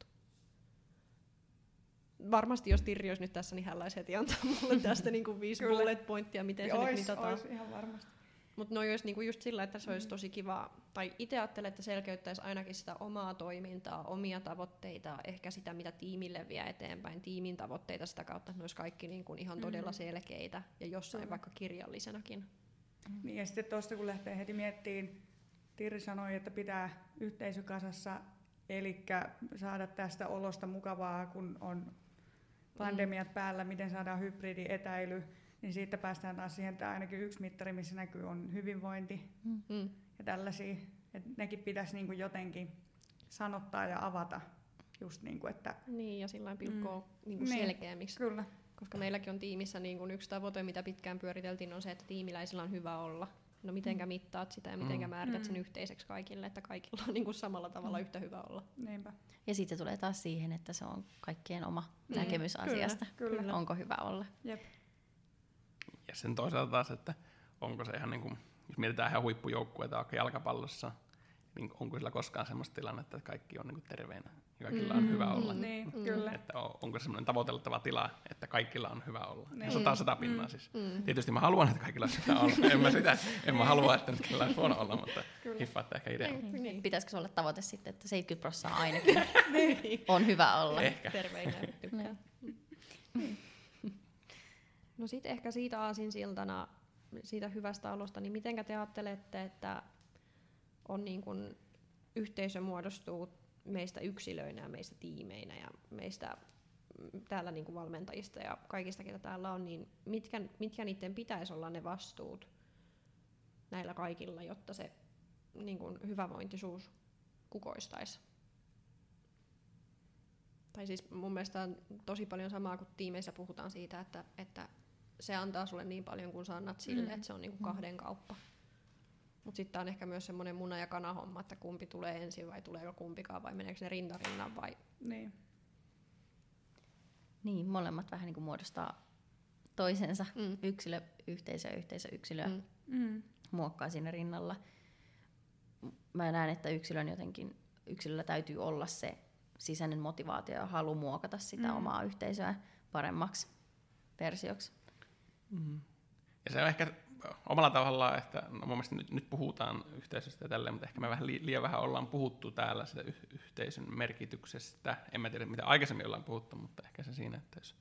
Varmasti jos Tirri olisi nyt tässä, niin hän laisi heti antaa mulle tästä niin 5 bullet pointtia, miten se nyt mitataan. Ois ihan varmasti. Mutta no olisi niinku just sillä, että se olisi tosi kiva, tai itse ajattelen, että selkeyttäisi ainakin sitä omaa toimintaa, omia tavoitteita, ehkä sitä, mitä tiimille vie eteenpäin, tiimin tavoitteita sitä kautta, että ne olisi kaikki niinku ihan todella selkeitä ja jossain vaikka kirjallisenakin. Niin ja sitten tuosta kun lähtee heti miettimään, Tirri sanoi, että pitää yhteisö kasassa, eli saada tästä olosta mukavaa, kun on pandemiat päällä, miten saadaan hybridietäily, niin siitä päästään taas siihen, että ainakin yksi mittari, missä näkyy, on hyvinvointi ja tällaisia. Että nekin pitäisi niinku jotenkin sanottaa ja avata. Just niinku, että niin, ja sillä pilkkoa niinku selkeämmiksi. Kyllä. Koska meilläkin on tiimissä niinku yksi tavoite, mitä pitkään pyöriteltiin, on se, että tiimiläisillä on hyvä olla. No mitenkä mittaat sitä ja mitenkä määrität sen yhteiseksi kaikille, että kaikilla on niinku samalla tavalla yhtä hyvä olla. Niinpä. Ja sitten se tulee taas siihen, että se on kaikkien oma näkemys asiasta. Kyllä. Onko hyvä olla. Jep. Ja sen toisaalta taas, että onko se ihan niin kuin, jos mietitään ihan huippujoukkueita vaikka jalkapallossa, niin onko sillä koskaan semmoista tilannetta, että kaikki on niin kuin terveenä ja kaikilla on hyvä olla. Niin, kyllä. Että onko semmoinen tavoiteltava tila, että kaikilla on hyvä olla. Niin. Ja 100 pinnaa siis. Tietysti mä haluan, että kaikilla on hyvä olla. En mä halua, että nyt kellään on huono olla, mutta hiffaatte ehkä idea. Niin. Pitäisikö se olla tavoite sitten, että 70% ainakin on hyvä olla. Ehkä. Terveinä tykkää. No sit ehkä siitä aasinsiltana siitä hyvästä alosta, niin mitenkä te ajattelette, että on niin kun yhteisö muodostuu meistä yksilöinä ja meistä tiimeinä ja meistä täällä niin kuin valmentajista ja kaikista, ketä täällä on, niin mitkä niiden pitäisi olla ne vastuut näillä kaikilla, jotta se niin kuin hyvävointisuus kukoistaisi? Tai siis mun mielestä on tosi paljon samaa, kun tiimeissä puhutaan siitä, että se antaa sulle niin paljon, kun sä annat sille, että se on niin kuin kahden kauppa. Mutta sitten on ehkä myös semmoinen muna- ja kanahomma, että kumpi tulee ensin vai tuleeko kumpikaan vai meneekö ne rintarinnan vai... Niin, molemmat vähän niin kuin muodostaa toisensa. Yksilö, yhteisö ja yhteisö, yksilöä muokkaa siinä rinnalla. Mä näen, että yksilöllä täytyy olla se sisäinen motivaatio ja halu muokata sitä omaa yhteisöä paremmaksi versioksi. Ja se on ehkä omalla tavallaan, että no mun mielestä nyt puhutaan yhteisöstä ja tälleen, mutta ehkä me liian vähän ollaan puhuttu täällä sitä yhteisön merkityksestä. En mä tiedä, mitä aikaisemmin ollaan puhuttu, mutta ehkä se siinä, että jos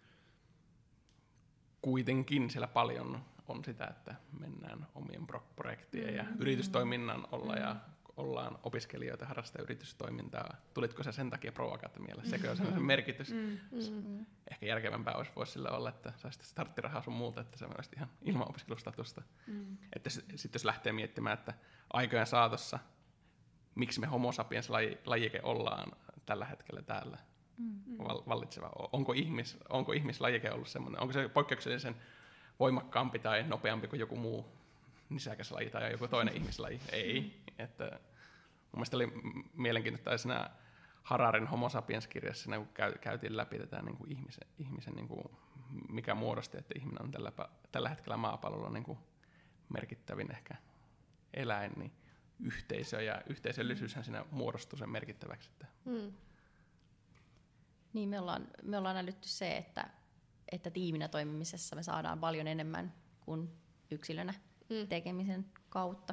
kuitenkin siellä paljon on sitä, että mennään omien projektien ja yritystoiminnan ja ollaan opiskelijoita, harrastaa yritystoimintaa. Tulitko se sen takia Pro Akatemialle? Sekö on sellaisen merkitys? Ehkä järkevämpää voisi sillä olla, että saisit starttirahaa sun muuta, että se olisi ihan ilman opiskelustatusta. Että sitten jos lähtee miettimään, että aikojen saatossa, miksi me homo sapiens lajike ollaan tällä hetkellä täällä vallitseva. Onko ihmislajike ollut semmoinen? Onko se poikkeuksellisen voimakkaampi tai nopeampi kuin joku muu nisäkäs laji tai joku toinen ihmislaji? Ei. Että mun mielestä oli mielenkiintoista siinä Hararin Homo sapiens-kirjassa, kun käytiin läpi tätä niin kuin ihmisen niin kuin, mikä muodosti, että ihminen on tällä hetkellä maapallolla niin kuin merkittävin ehkä eläin, niin yhteisö ja yhteisöllisyyshän siinä muodostuu sen merkittäväksi. Niin, me ollaan älytty se, että tiiminä toimimisessa me saadaan paljon enemmän kuin yksilönä tekemisen kautta.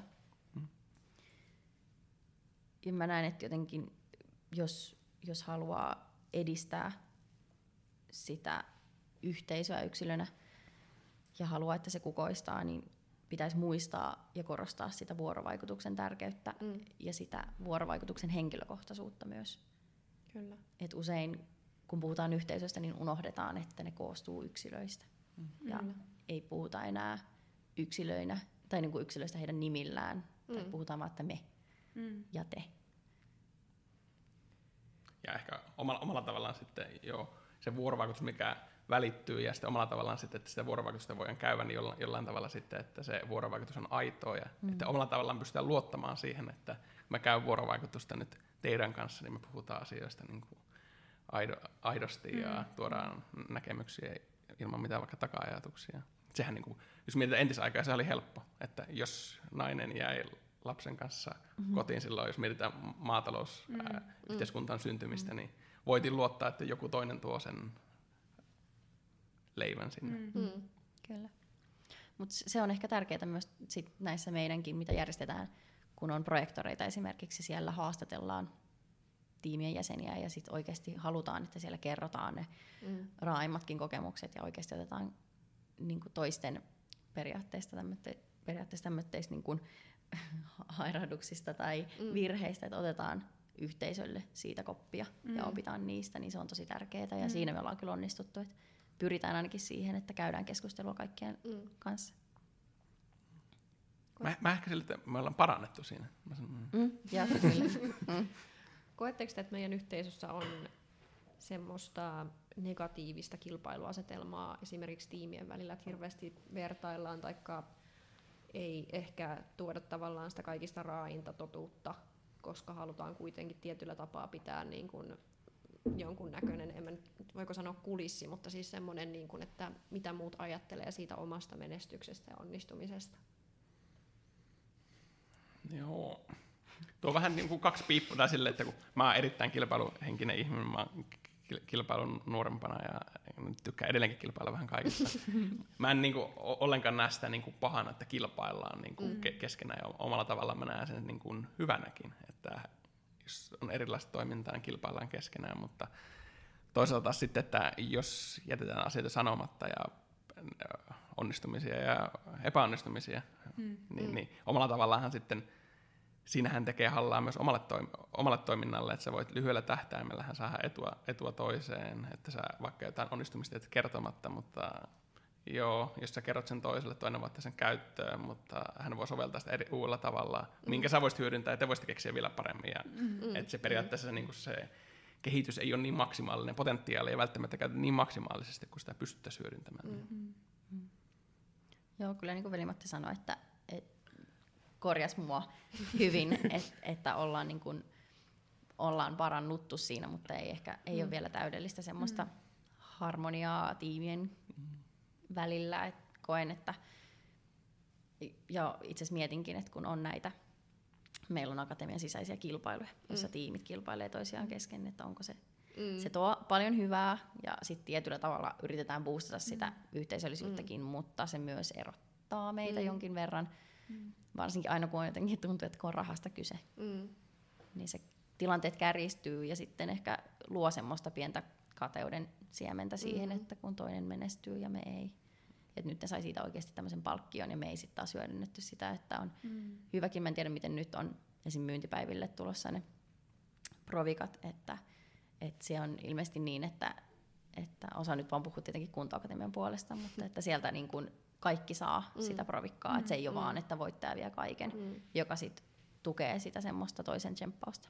Ja mä näen, että jotenkin jos haluaa edistää sitä yhteisöä yksilönä ja haluaa, että se kukoistaa, niin pitäisi muistaa ja korostaa sitä vuorovaikutuksen tärkeyttä ja sitä vuorovaikutuksen henkilökohtaisuutta myös. Kyllä. Et usein kun puhutaan yhteisöstä, niin unohdetaan, että ne koostuu yksilöistä. Ja ei puhuta enää yksilöinä tai niin kuin yksilöistä heidän nimillään. Tai puhutaan vaan, että me ja te. Ja ehkä omalla tavallaan sitten se vuorovaikutus, mikä välittyy, ja sitten omalla tavallaan sitten, että sitä vuorovaikutusta voidaan käydä, niin jollain tavalla sitten, että se vuorovaikutus on aitoa, ja että omalla tavallaan pystytään luottamaan siihen, että kun mä käyn vuorovaikutusta nyt teidän kanssa, niin me puhutaan asioista niin kuin aidosti ja tuodaan näkemyksiä ilman mitään vaikka taka-ajatuksia. Sehän, niin kuin, jos mietitään entisaikaa, se oli helppo, että jos nainen jäi lapsen kanssa kotiin silloin, jos mietitään maatalousyhteiskuntaan syntymistä, niin voitiin luottaa, että joku toinen tuo sen leivän sinne. Kyllä. Mutta se on ehkä tärkeää myös sit näissä meidänkin, mitä järjestetään, kun on projektoreita esimerkiksi, siellä haastatellaan tiimien jäseniä ja sitten oikeasti halutaan, että siellä kerrotaan ne raaimmatkin kokemukset ja oikeasti otetaan niin kuin toisten periaatteista tämmöistä niin kuin hairahduksista tai virheistä, että otetaan yhteisölle siitä koppia ja opitaan niistä, niin se on tosi tärkeää ja siinä me ollaan kyllä onnistuttu, että pyritään ainakin siihen, että käydään keskustelua kaikkien kanssa. Mä ehkä sillä, että me ollaan parannettu siinä. Ja, kyllä. Koetteko te, että meidän yhteisössä on semmoista negatiivista kilpailuasetelmaa esimerkiksi tiimien välillä, että hirveästi vertaillaan taikka ei ehkä tuoda tavallaan sitä kaikista raainta totuutta, koska halutaan kuitenkin tietyllä tapaa pitää niin kuin jonkun näköinen, en mä nyt voiko sanoa kulissi, mutta siis semmoinen, niin kuin, että mitä muut ajattelee siitä omasta menestyksestä ja onnistumisesta. Joo. Tuo on vähän niin kuin kaksi piippua silleen, että kun mä oon erittäin kilpailuhenkinen ihminen, mä oon kilpailun nuorempana ja tykkään edelleenkin kilpailla vähän kaikesta. Mä en niin kuin ollenkaan näe sitä niin kuin pahana, että kilpaillaan niin kuin keskenään ja omalla tavallaan mä näen sen niin kuin hyvänäkin, että jos on erilaista toimintaa, niin kilpaillaan keskenään, mutta toisaalta sitten, että jos jätetään asioita sanomatta ja onnistumisia ja epäonnistumisia. Niin omalla tavallaan sitten siinähän tekee hallaa myös omalle toiminnalle, että sä voit lyhyellä tähtäimellähän saada etua toiseen, että sä vaikka jotain onnistumista teet kertomatta, mutta joo, jos sä kerrot sen toiselle, toinen voi ottaa sen käyttöön, mutta hän voi soveltaa sitä uudella tavalla, minkä sä voisit hyödyntää ja te voisitte keksiä vielä paremmin. Että se periaatteessa niin kuin se kehitys ei ole niin maksimaalinen, potentiaali ei välttämättä käytä niin maksimaalisesti, kun sitä pystyttäisiin hyödyntämään. Joo, kyllä niin kuin Veli-Matti sanoi, että korjasi mua hyvin, että ollaan, niin kuin, ollaan parannuttu siinä, mutta ei ole vielä täydellistä semmoista harmoniaa tiimien välillä. Et koen, että ja itse asiassa mietinkin, että kun on näitä, meillä on akatemian sisäisiä kilpailuja, jossa tiimit kilpailee toisiaan kesken, että onko se tuo paljon hyvää ja sitten tietyllä tavalla yritetään boostata sitä yhteisöllisyyttäkin, mutta se myös erottaa meitä jonkin verran. Varsinkin aina kun on jotenkin tuntuu, että kun on rahasta kyse, niin se tilanteet kärjistyy ja sitten ehkä luo semmoista pientä kateuden siementä siihen, että kun toinen menestyy ja me ei. Että nyt ne sai siitä oikeasti tämmöisen palkkion ja me ei sitten taas hyödynnetty sitä, että on hyväkin. Mä en tiedä, miten nyt on esim. Myyntipäiville tulossa ne provikat, että se on ilmeisesti niin, että osa nyt vaan puhuu tietenkin Kunta-Akatemian puolesta, mutta että sieltä niin kuin kaikki saa sitä provikkaa, että se ei ole vaan, että voittaja vie kaiken, joka sitten tukee sitä semmoista toisen tsemppausta.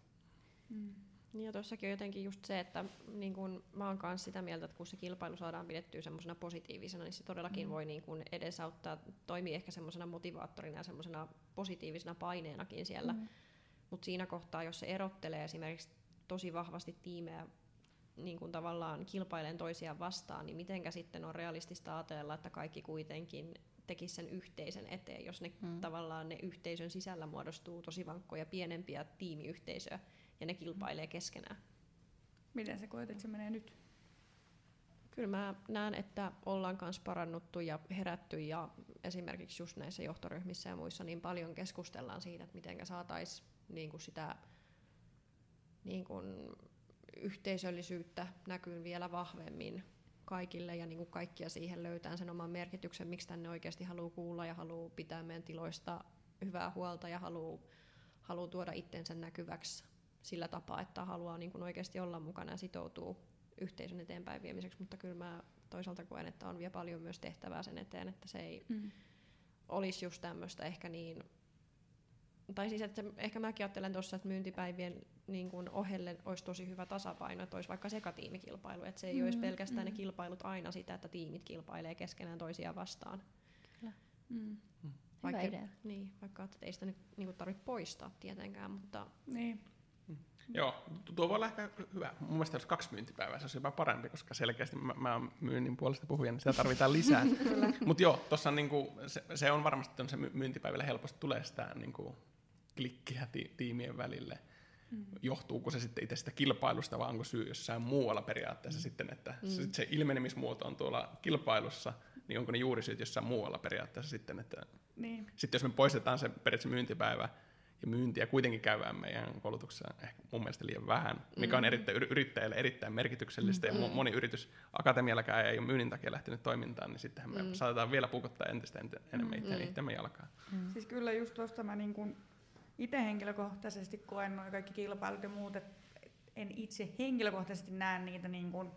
Ja tuossakin on jotenkin just se, että niin kun mä oon kanssa sitä mieltä, että kun se kilpailu saadaan pidettyä semmoisena positiivisena, niin se todellakin voi niin kun edesauttaa, toimii ehkä semmoisena motivaattorina ja semmoisena positiivisena paineenakin siellä. Mutta siinä kohtaa, jos se erottelee esimerkiksi tosi vahvasti tiimejä niin kun tavallaan kilpailen toisiaan vastaan, niin mitenkä sitten on realistista ajatella, että kaikki kuitenkin tekisi sen yhteisen eteen, jos ne tavallaan ne yhteisön sisällä muodostuu tosi vankkoja pienempiä tiimiyhteisöjä ja ne kilpailee keskenään. Miten sä koet, että se menee nyt? Kyllä mä näen, että ollaan kanssa parannuttu ja herätty ja esimerkiksi just näissä johtoryhmissä ja muissa niin paljon keskustellaan siitä, että miten saataisiin niin sitä niin yhteisöllisyyttä näkyy vielä vahvemmin kaikille ja niin kuin kaikkia siihen löytää sen oman merkityksen, miksi tänne oikeasti haluaa kuulla ja haluaa pitää meidän tiloista hyvää huolta ja haluaa tuoda itsensä näkyväksi sillä tapaa, että haluaa niin kuin oikeasti olla mukana ja sitoutuu yhteisön eteenpäin viemiseksi, mutta kyllä mä toisaalta koen, että on vielä paljon myös tehtävää sen eteen, että se ei olisi just tämmöistä ehkä niin, tai siis että ehkä mäkin ajattelen tuossa, että myyntipäivien niin kuin ohelle olisi tosi hyvä tasapaino, että olisi vaikka sekatiimikilpailu, että se ei olisi pelkästään ne kilpailut aina sitä, että tiimit kilpailee keskenään toisiaan vastaan. Kyllä. Vaikka, hyvä idea. Niin, vaikka että ei sitä nyt niin kuin tarvitse poistaa tietenkään, mutta Niin. Joo, tuo voi olla ehkä hyvä. Mun mielestä jos 2 myyntipäivää, se olisi jopa parempi, koska selkeästi mä oon myynnin puolesta puhuja, niin sitä tarvitaan lisää. Mutta joo, tuossa niinku, se on varmasti se myyntipäivillä helposti tulee sitä niinku klikkiä tiimien välille. Johtuuko se sitten itse sitä kilpailusta vai onko syy jossain muualla periaatteessa sitten, että se ilmenemismuoto on tuolla kilpailussa, niin onko ne juurisyyt jossain muualla periaatteessa sitten, että Niin. sitten jos me poistetaan se periaatteessa myyntipäivä ja myyntiä kuitenkin käydään meidän koulutuksessa ehkä mun mielestä liian vähän, mikä on yrittäjille erittäin merkityksellistä ja moni yritys akatemiallakaan ei ole myynnin takia lähtenyt toimintaan, niin sittenhän me saatetaan vielä pukottaa entistä enemmän itseämme jalkaan. Siis kyllä just tuosta mä niin kun itse henkilökohtaisesti koen nuo kaikki kilpailut ja muut, että en itse henkilökohtaisesti näe niitä niin kuin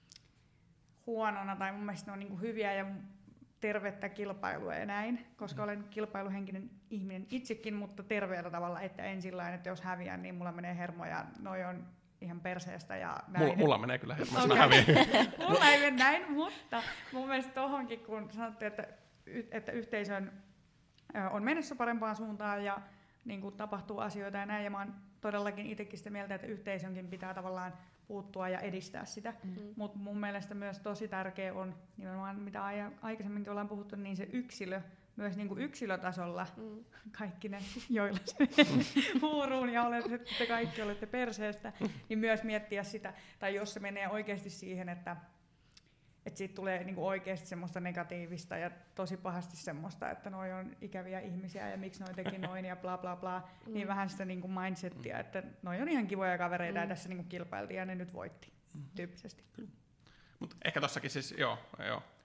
huonona tai mun mielestä ne on niin kuin hyviä ja tervettä kilpailua ja näin, koska olen kilpailuhenkinen ihminen itsekin, mutta terveellä tavalla, että en sillain, että jos häviän, niin mulla menee hermo ja noi on ihan perseestä ja näin. Mulla menee kyllä hermo, jos mä häviän. Mulla ei mene näin, mutta mun mielestä tohonkin, kun sanottiin, että yhteisön on menossa parempaan suuntaan ja niin kuin tapahtuu asioita ja näin, ja mä oon todellakin itsekin sitä mieltä, että yhteisönkin pitää tavallaan puuttua ja edistää sitä. Mutta mun mielestä myös tosi tärkeä on nimenomaan, mitä aikaisemminkin ollaan puhuttu, niin se yksilö, myös niin kuin yksilötasolla, kaikki ne, joilla se huuruun ja te kaikki olette perseestä, niin myös miettiä sitä, tai jos se menee oikeasti siihen, että siitä tulee niinku oikeasti semmoista negatiivista ja tosi pahasti semmoista, että noi on ikäviä ihmisiä ja miksi noi teki noin ja bla bla bla, niin vähän sitä niinku mindsettiä, että noi on ihan kivoja kavereita ja tässä niinku kilpailtiin ja ne nyt voitti tyyppisesti. Mutta ehkä tossakin siis, joo.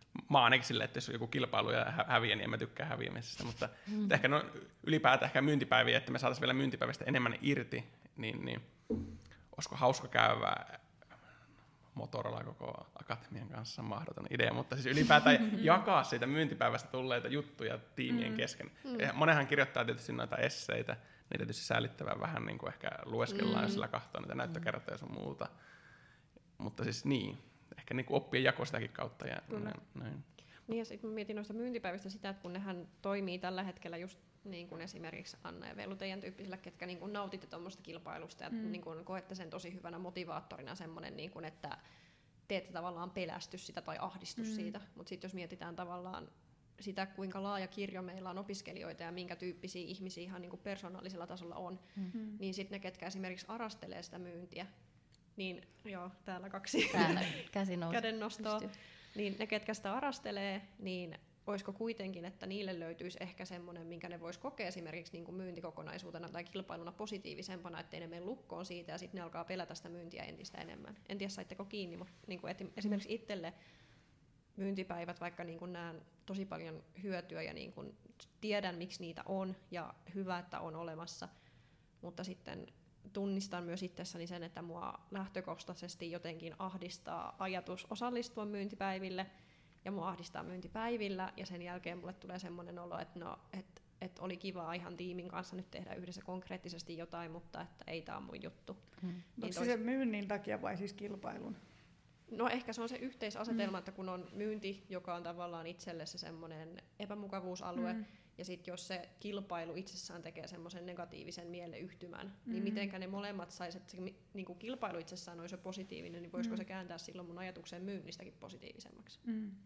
mä ainakin silleen, että jos on joku kilpailu ja häviä, niin en mä tykkää häviämisestä, mutta ehkä ylipäätään ehkä myyntipäiviä, että me saataisiin vielä myyntipäivistä enemmän irti, niin olisiko hauska käydä Motorola koko akatemian kanssa, mahdoton idea, mutta siis ylipäätään jakaa siitä myyntipäivästä tulleita juttuja tiimien kesken. Monenhan kirjoittaa tietysti noita esseitä, niitä tietysti säällittävän vähän niin kuin ehkä lueskellaan, jos sillä kahtoo niitä näyttökertoja sun muuta. Mutta siis ehkä niin kuin oppien jako sitäkin kautta. Ja näin. Niin ja sitten mietin noista myyntipäivistä sitä, että kun nehän toimii tällä hetkellä just niin kuin esimerkiksi Anna ja Velu teidän tyyppisillä, ketkä niin kuin nautitte tuommoista kilpailusta ja niin kuin koette sen tosi hyvänä motivaattorina semmoinen, niin kuin, että te ette tavallaan pelästy sitä tai ahdistu siitä. Mutta sitten jos mietitään tavallaan sitä, kuinka laaja kirjo meillä on opiskelijoita ja minkä tyyppisiä ihmisiä ihan niin kuin persoonallisella tasolla on, niin sitten ne, ketkä esimerkiksi arastelee sitä myyntiä, niin joo, täällä 2 kädennostoa, niin ne, ketkä sitä arastelee, niin olisiko kuitenkin, että niille löytyisi ehkä semmoinen, minkä ne vois kokea esimerkiksi niin kuin myyntikokonaisuutena tai kilpailuna positiivisempana, ettei ne mene lukkoon siitä ja sitten ne alkaa pelätä sitä myyntiä entistä enemmän. En tiedä, saitteko kiinni, mutta niin kuin esimerkiksi itselle myyntipäivät, vaikka niin kuin näen tosi paljon hyötyä ja niin kuin tiedän, miksi niitä on ja hyvä, että on olemassa, mutta sitten tunnistan myös itsessäni sen, että mua lähtökohtaisesti jotenkin ahdistaa ajatus osallistua myyntipäiville ja mua ahdistaa myyntipäivillä ja sen jälkeen mulle tulee semmoinen olo, että että oli kiva ihan tiimin kanssa nyt tehdä yhdessä konkreettisesti jotain, mutta että ei tää on mun juttu. Onko se myynnin takia vai siis kilpailun? No ehkä se on se yhteisasetelma, että kun on myynti, joka on tavallaan itselle se semmoinen epämukavuusalue, ja sitten jos se kilpailu itsessään tekee semmoisen negatiivisen mieleyhtymän, niin mitenkä ne molemmat sais, että se niinku kilpailu itsessään olisi jo positiivinen, niin voisiko se kääntää silloin mun ajatuksen myynnistäkin positiivisemmaksi?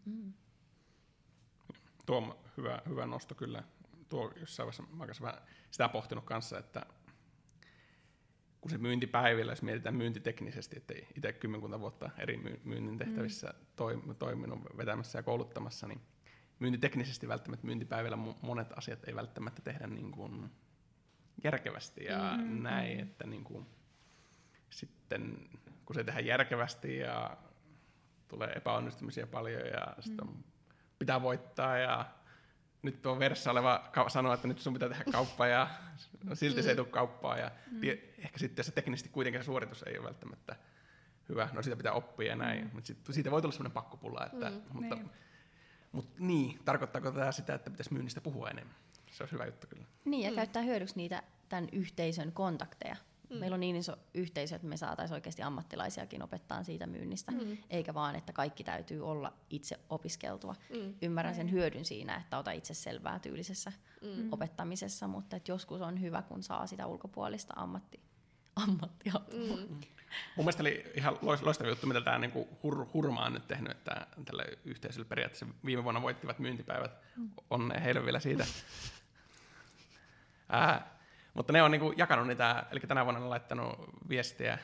Tuo on hyvä nosto kyllä. Tuo jossain vaiheessa mä sitä pohtinut kanssa, että kun se myyntipäivillä, jos mietitään myyntiteknisesti, että itse 10 vuotta eri myynnin tehtävissä toiminut vetämässä ja kouluttamassa, niin myyntiteknisesti välttämättä myyntipäivillä monet asiat ei välttämättä tehdä niin kuin järkevästi ja näin, että niin kuin sitten kun se tehdään järkevästi ja tulee epäonnistumisia paljon ja sitten pitää voittaa ja nyt on verssä oleva sanoa, että nyt sun pitää tehdä kauppaa ja silti se ei tule kauppaa ja ehkä sitten se teknisesti kuitenkin se suoritus ei ole välttämättä hyvä, no sitä pitää oppia ja näin, mutta siitä voi tulla semmoinen pakkopulla, että, mutta tarkoittaako tämä sitä, että pitäisi myynnistä puhua enemmän? Se olisi hyvä juttu kyllä. Niin, ja käyttää hyödyksi niitä tämän yhteisön kontakteja. Meillä on niin iso yhteisö, että me saataisiin oikeasti ammattilaisiakin opettaa siitä myynnistä, eikä vaan, että kaikki täytyy olla itse opiskeltua. Ymmärrän sen hyödyn siinä, että ota itse selvää tyylisessä opettamisessa, mutta että joskus on hyvä, kun saa sitä ulkopuolista ammattia. Mun mielestä oli ihan loistava juttu, mitä tämä niinku Hurma on nyt tehnyt, että tälle yhteisölle periaatteessa viime vuonna voittivat myyntipäivät. Onnea heille vielä siitä. Mutta ne on niinku jakanut niitä, eli tänä vuonna on laittanut viestiä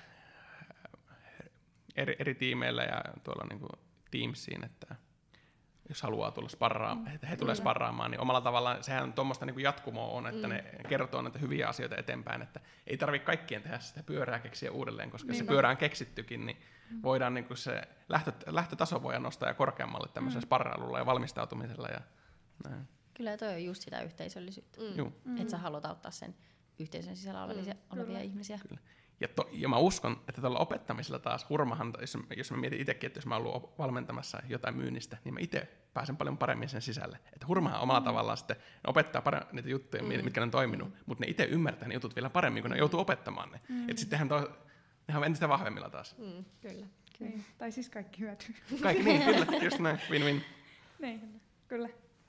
eri tiimeille ja tuolla niinku Teamsiin, että jos haluaa tulla sparraamaan, että he tulee sparraamaan, niin omalla tavallaan sehän tuommoista niinku jatkumoa on, että ne kertoo näitä hyviä asioita eteenpäin, että ei tarvitse kaikkien tehdä sitä pyörää keksiä uudelleen, koska se pyörä on keksittykin, niin voidaan niinku se lähtötaso voidaan nostaa ja korkeammalle tämmöisellä sparrailulla ja valmistautumisella ja näin. Kyllä toi on just sitä yhteisöllisyyttä, että sä haluat auttaa sen yhteisön sisällä olevia ihmisiä. Kyllä. Ja mä uskon, että tällä opettamisella taas Hurmahan, jos mä mietin itsekin, että jos mä oon ollut valmentamassa jotain myynnistä, niin mä itse pääsen paljon paremmin sen sisälle. Että Hurmahan omalla tavallaan sitten opettaa niitä juttuja, mitkä ne on toiminut, mutta ne itse ymmärtää ne jutut vielä paremmin, kun ne joutuu opettamaan ne. Että sittenhän ne on entistä vahvemmilla taas. Kyllä. Niin. Tai siis kaikki hyötyy. Kaikki, niin, kyllä, just näin, win-win. Niin, kyllä.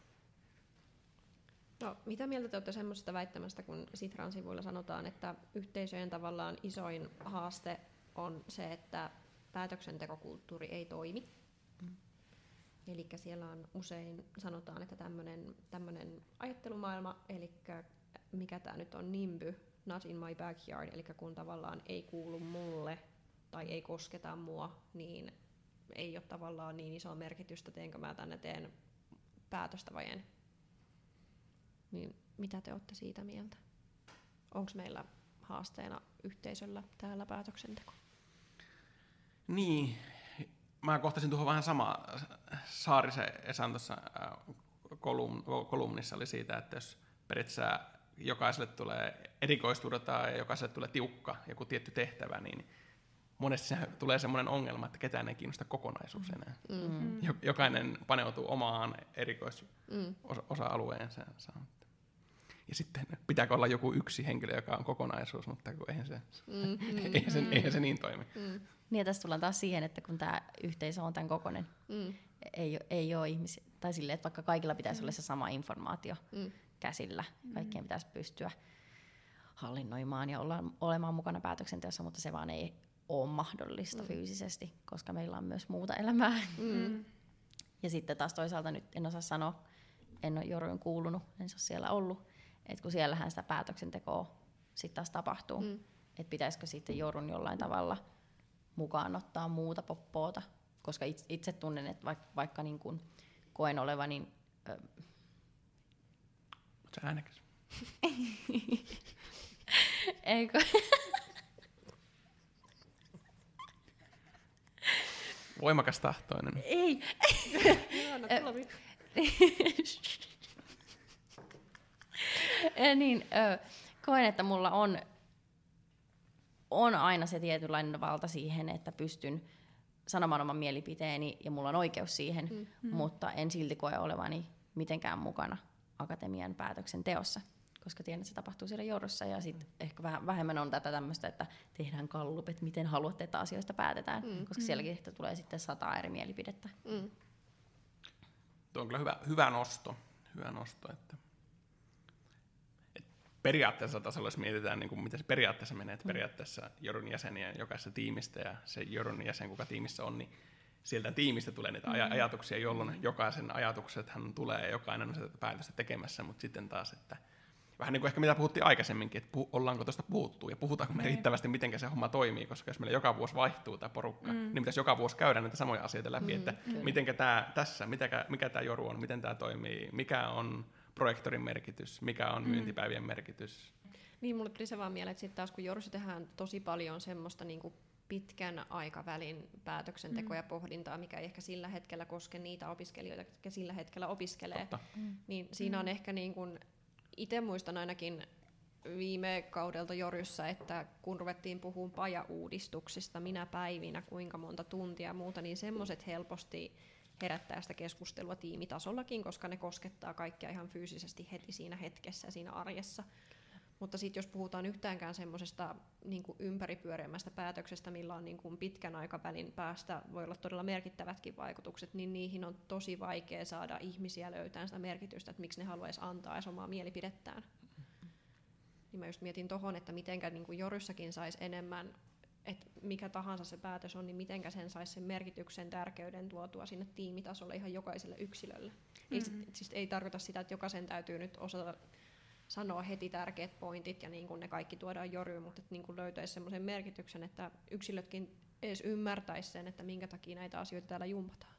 No, mitä mieltä te olette semmoisesta väittämästä, kun Sitran sivuilla sanotaan, että yhteisöjen tavallaan isoin haaste on se, että päätöksentekokulttuuri ei toimi. Eli siellä on usein sanotaan, että tämmöinen ajattelumaailma, eli mikä tämä nyt on, NIMBY, not in my backyard, eli kun tavallaan ei kuulu mulle tai ei kosketa mua, niin ei ole tavallaan niin isoa merkitystä, teenkö mä tänne teen päätöstä vai en. Niin mitä te olette siitä mieltä? Onko meillä haasteena yhteisöllä täällä päätöksenteko? Niin, mä kohtasin tuohon vähän sama. Saarisen Esan tuossa kolumnissa oli siitä, että jos periaatteessa jokaiselle tulee erikoistuda tai jokaiselle tulee tiukka joku tietty tehtävä, niin monesti tulee semmoinen ongelma, että ketään ei kiinnosta kokonaisuus enää. Jokainen paneutuu omaan erikoisosa-alueensa. Ja sitten pitääkö olla joku yksi henkilö, joka on kokonaisuus, mutta eihän se niin toimi. Niin ja tässä tullaan taas siihen, että kun tämä yhteisö on tämän kokoinen, ei ole ihmisiä, tai silleen, että vaikka kaikilla pitäisi olla se sama informaatio käsillä, kaikkien pitäisi pystyä hallinnoimaan ja olemaan mukana päätöksenteossa, mutta se vaan ei ole mahdollista fyysisesti, koska meillä on myös muuta elämää. Ja sitten taas toisaalta nyt en osaa sanoa, en ole Joruun kuulunut, en ole siellä ollut, että kun siellähän sitä päätöksentekoa sitten taas tapahtuu, että pitäisikö sitten Jorun jollain tavalla mukaan ottaa muuta poppoota, koska itse tunnen, että vaikka niin kuin koen olevani... Oletko sä äänekäs? Eikö? Voimakas tahtoinen. Ei. Niin, koen, että mulla on aina se tietynlainen valta siihen, että pystyn sanomaan oman mielipiteeni ja mulla on oikeus siihen, mutta en silti koe olevani mitenkään mukana akatemian päätöksenteossa, koska tiedän, että se tapahtuu siellä johdossa ja sitten ehkä vähemmän on tätä tämmöistä, että tehdään gallup, että miten haluatte, että asioista päätetään, koska sielläkin ehkä tulee sitten 100 eri mielipidettä. Tuo on kyllä hyvä nosto, että periaatteessa tasolla, jos mietitään, niin kuin, miten se periaatteessa menee, että periaatteessa Jorun jäseniä jokaisesta tiimistä ja se Jorun jäsen, kuka tiimissä on, niin sieltä tiimistä tulee niitä ajatuksia, jolloin jokaisen ajatuksethan tulee ja jokainen on sitä päätöstä tekemässä, mutta sitten taas, että vähän niin kuin ehkä mitä puhuttiin aikaisemminkin, että ollaanko tuosta puhuttu ja puhutaanko me riittävästi, miten se homma toimii, koska jos meillä joka vuosi vaihtuu tämä porukka, niin pitäisi joka vuosi käydä näitä samoja asioita läpi, että mitenkä tämä tässä, mikä tämä Joru on, miten tämä toimii, mikä on projektorin merkitys, mikä on myyntipäivien merkitys. Niin, mulle tuli se vaan mieleen, että sitten taas kun Jorussa tehdään tosi paljon semmoista niinku pitkän aikavälin päätöksentekoa ja pohdintaa, mikä ei ehkä sillä hetkellä koske niitä opiskelijoita, jotka sillä hetkellä opiskelee, niin siinä on ehkä niin kuin, itse muistan ainakin viime kaudelta Jorussa, että kun ruvettiin puhumaan pajauudistuksista, minä päivinä, kuinka monta tuntia ja muuta, niin semmoiset helposti herättää sitä keskustelua tiimitasollakin, koska ne koskettaa kaikkia ihan fyysisesti heti siinä hetkessä ja siinä arjessa. Mutta sitten jos puhutaan yhtäänkään semmoisesta niin ympäripyöreämmästä päätöksestä, millä on niin kuin pitkän aikavälin päästä voi olla todella merkittävätkin vaikutukset, niin niihin on tosi vaikea saada ihmisiä löytämään sitä merkitystä, että miksi ne haluaisi antaa edes omaa mielipidettään. Niin mä just mietin tohon, että mitenkä niin kuin Jorussakin saisi enemmän, että mikä tahansa se päätös on, niin mitenkä sen saisi sen merkityksen tärkeyden tuotua sinne tiimitasolle ihan jokaiselle yksilölle. Siis ei tarkoita sitä, että jokaisen täytyy nyt osata sanoa heti tärkeät pointit ja niin kuin ne kaikki tuodaan Joryyn, mutta niin kuin löytäisi semmoisen merkityksen, että yksilötkin edes ymmärtäisi sen, että minkä takia näitä asioita täällä jumpataan.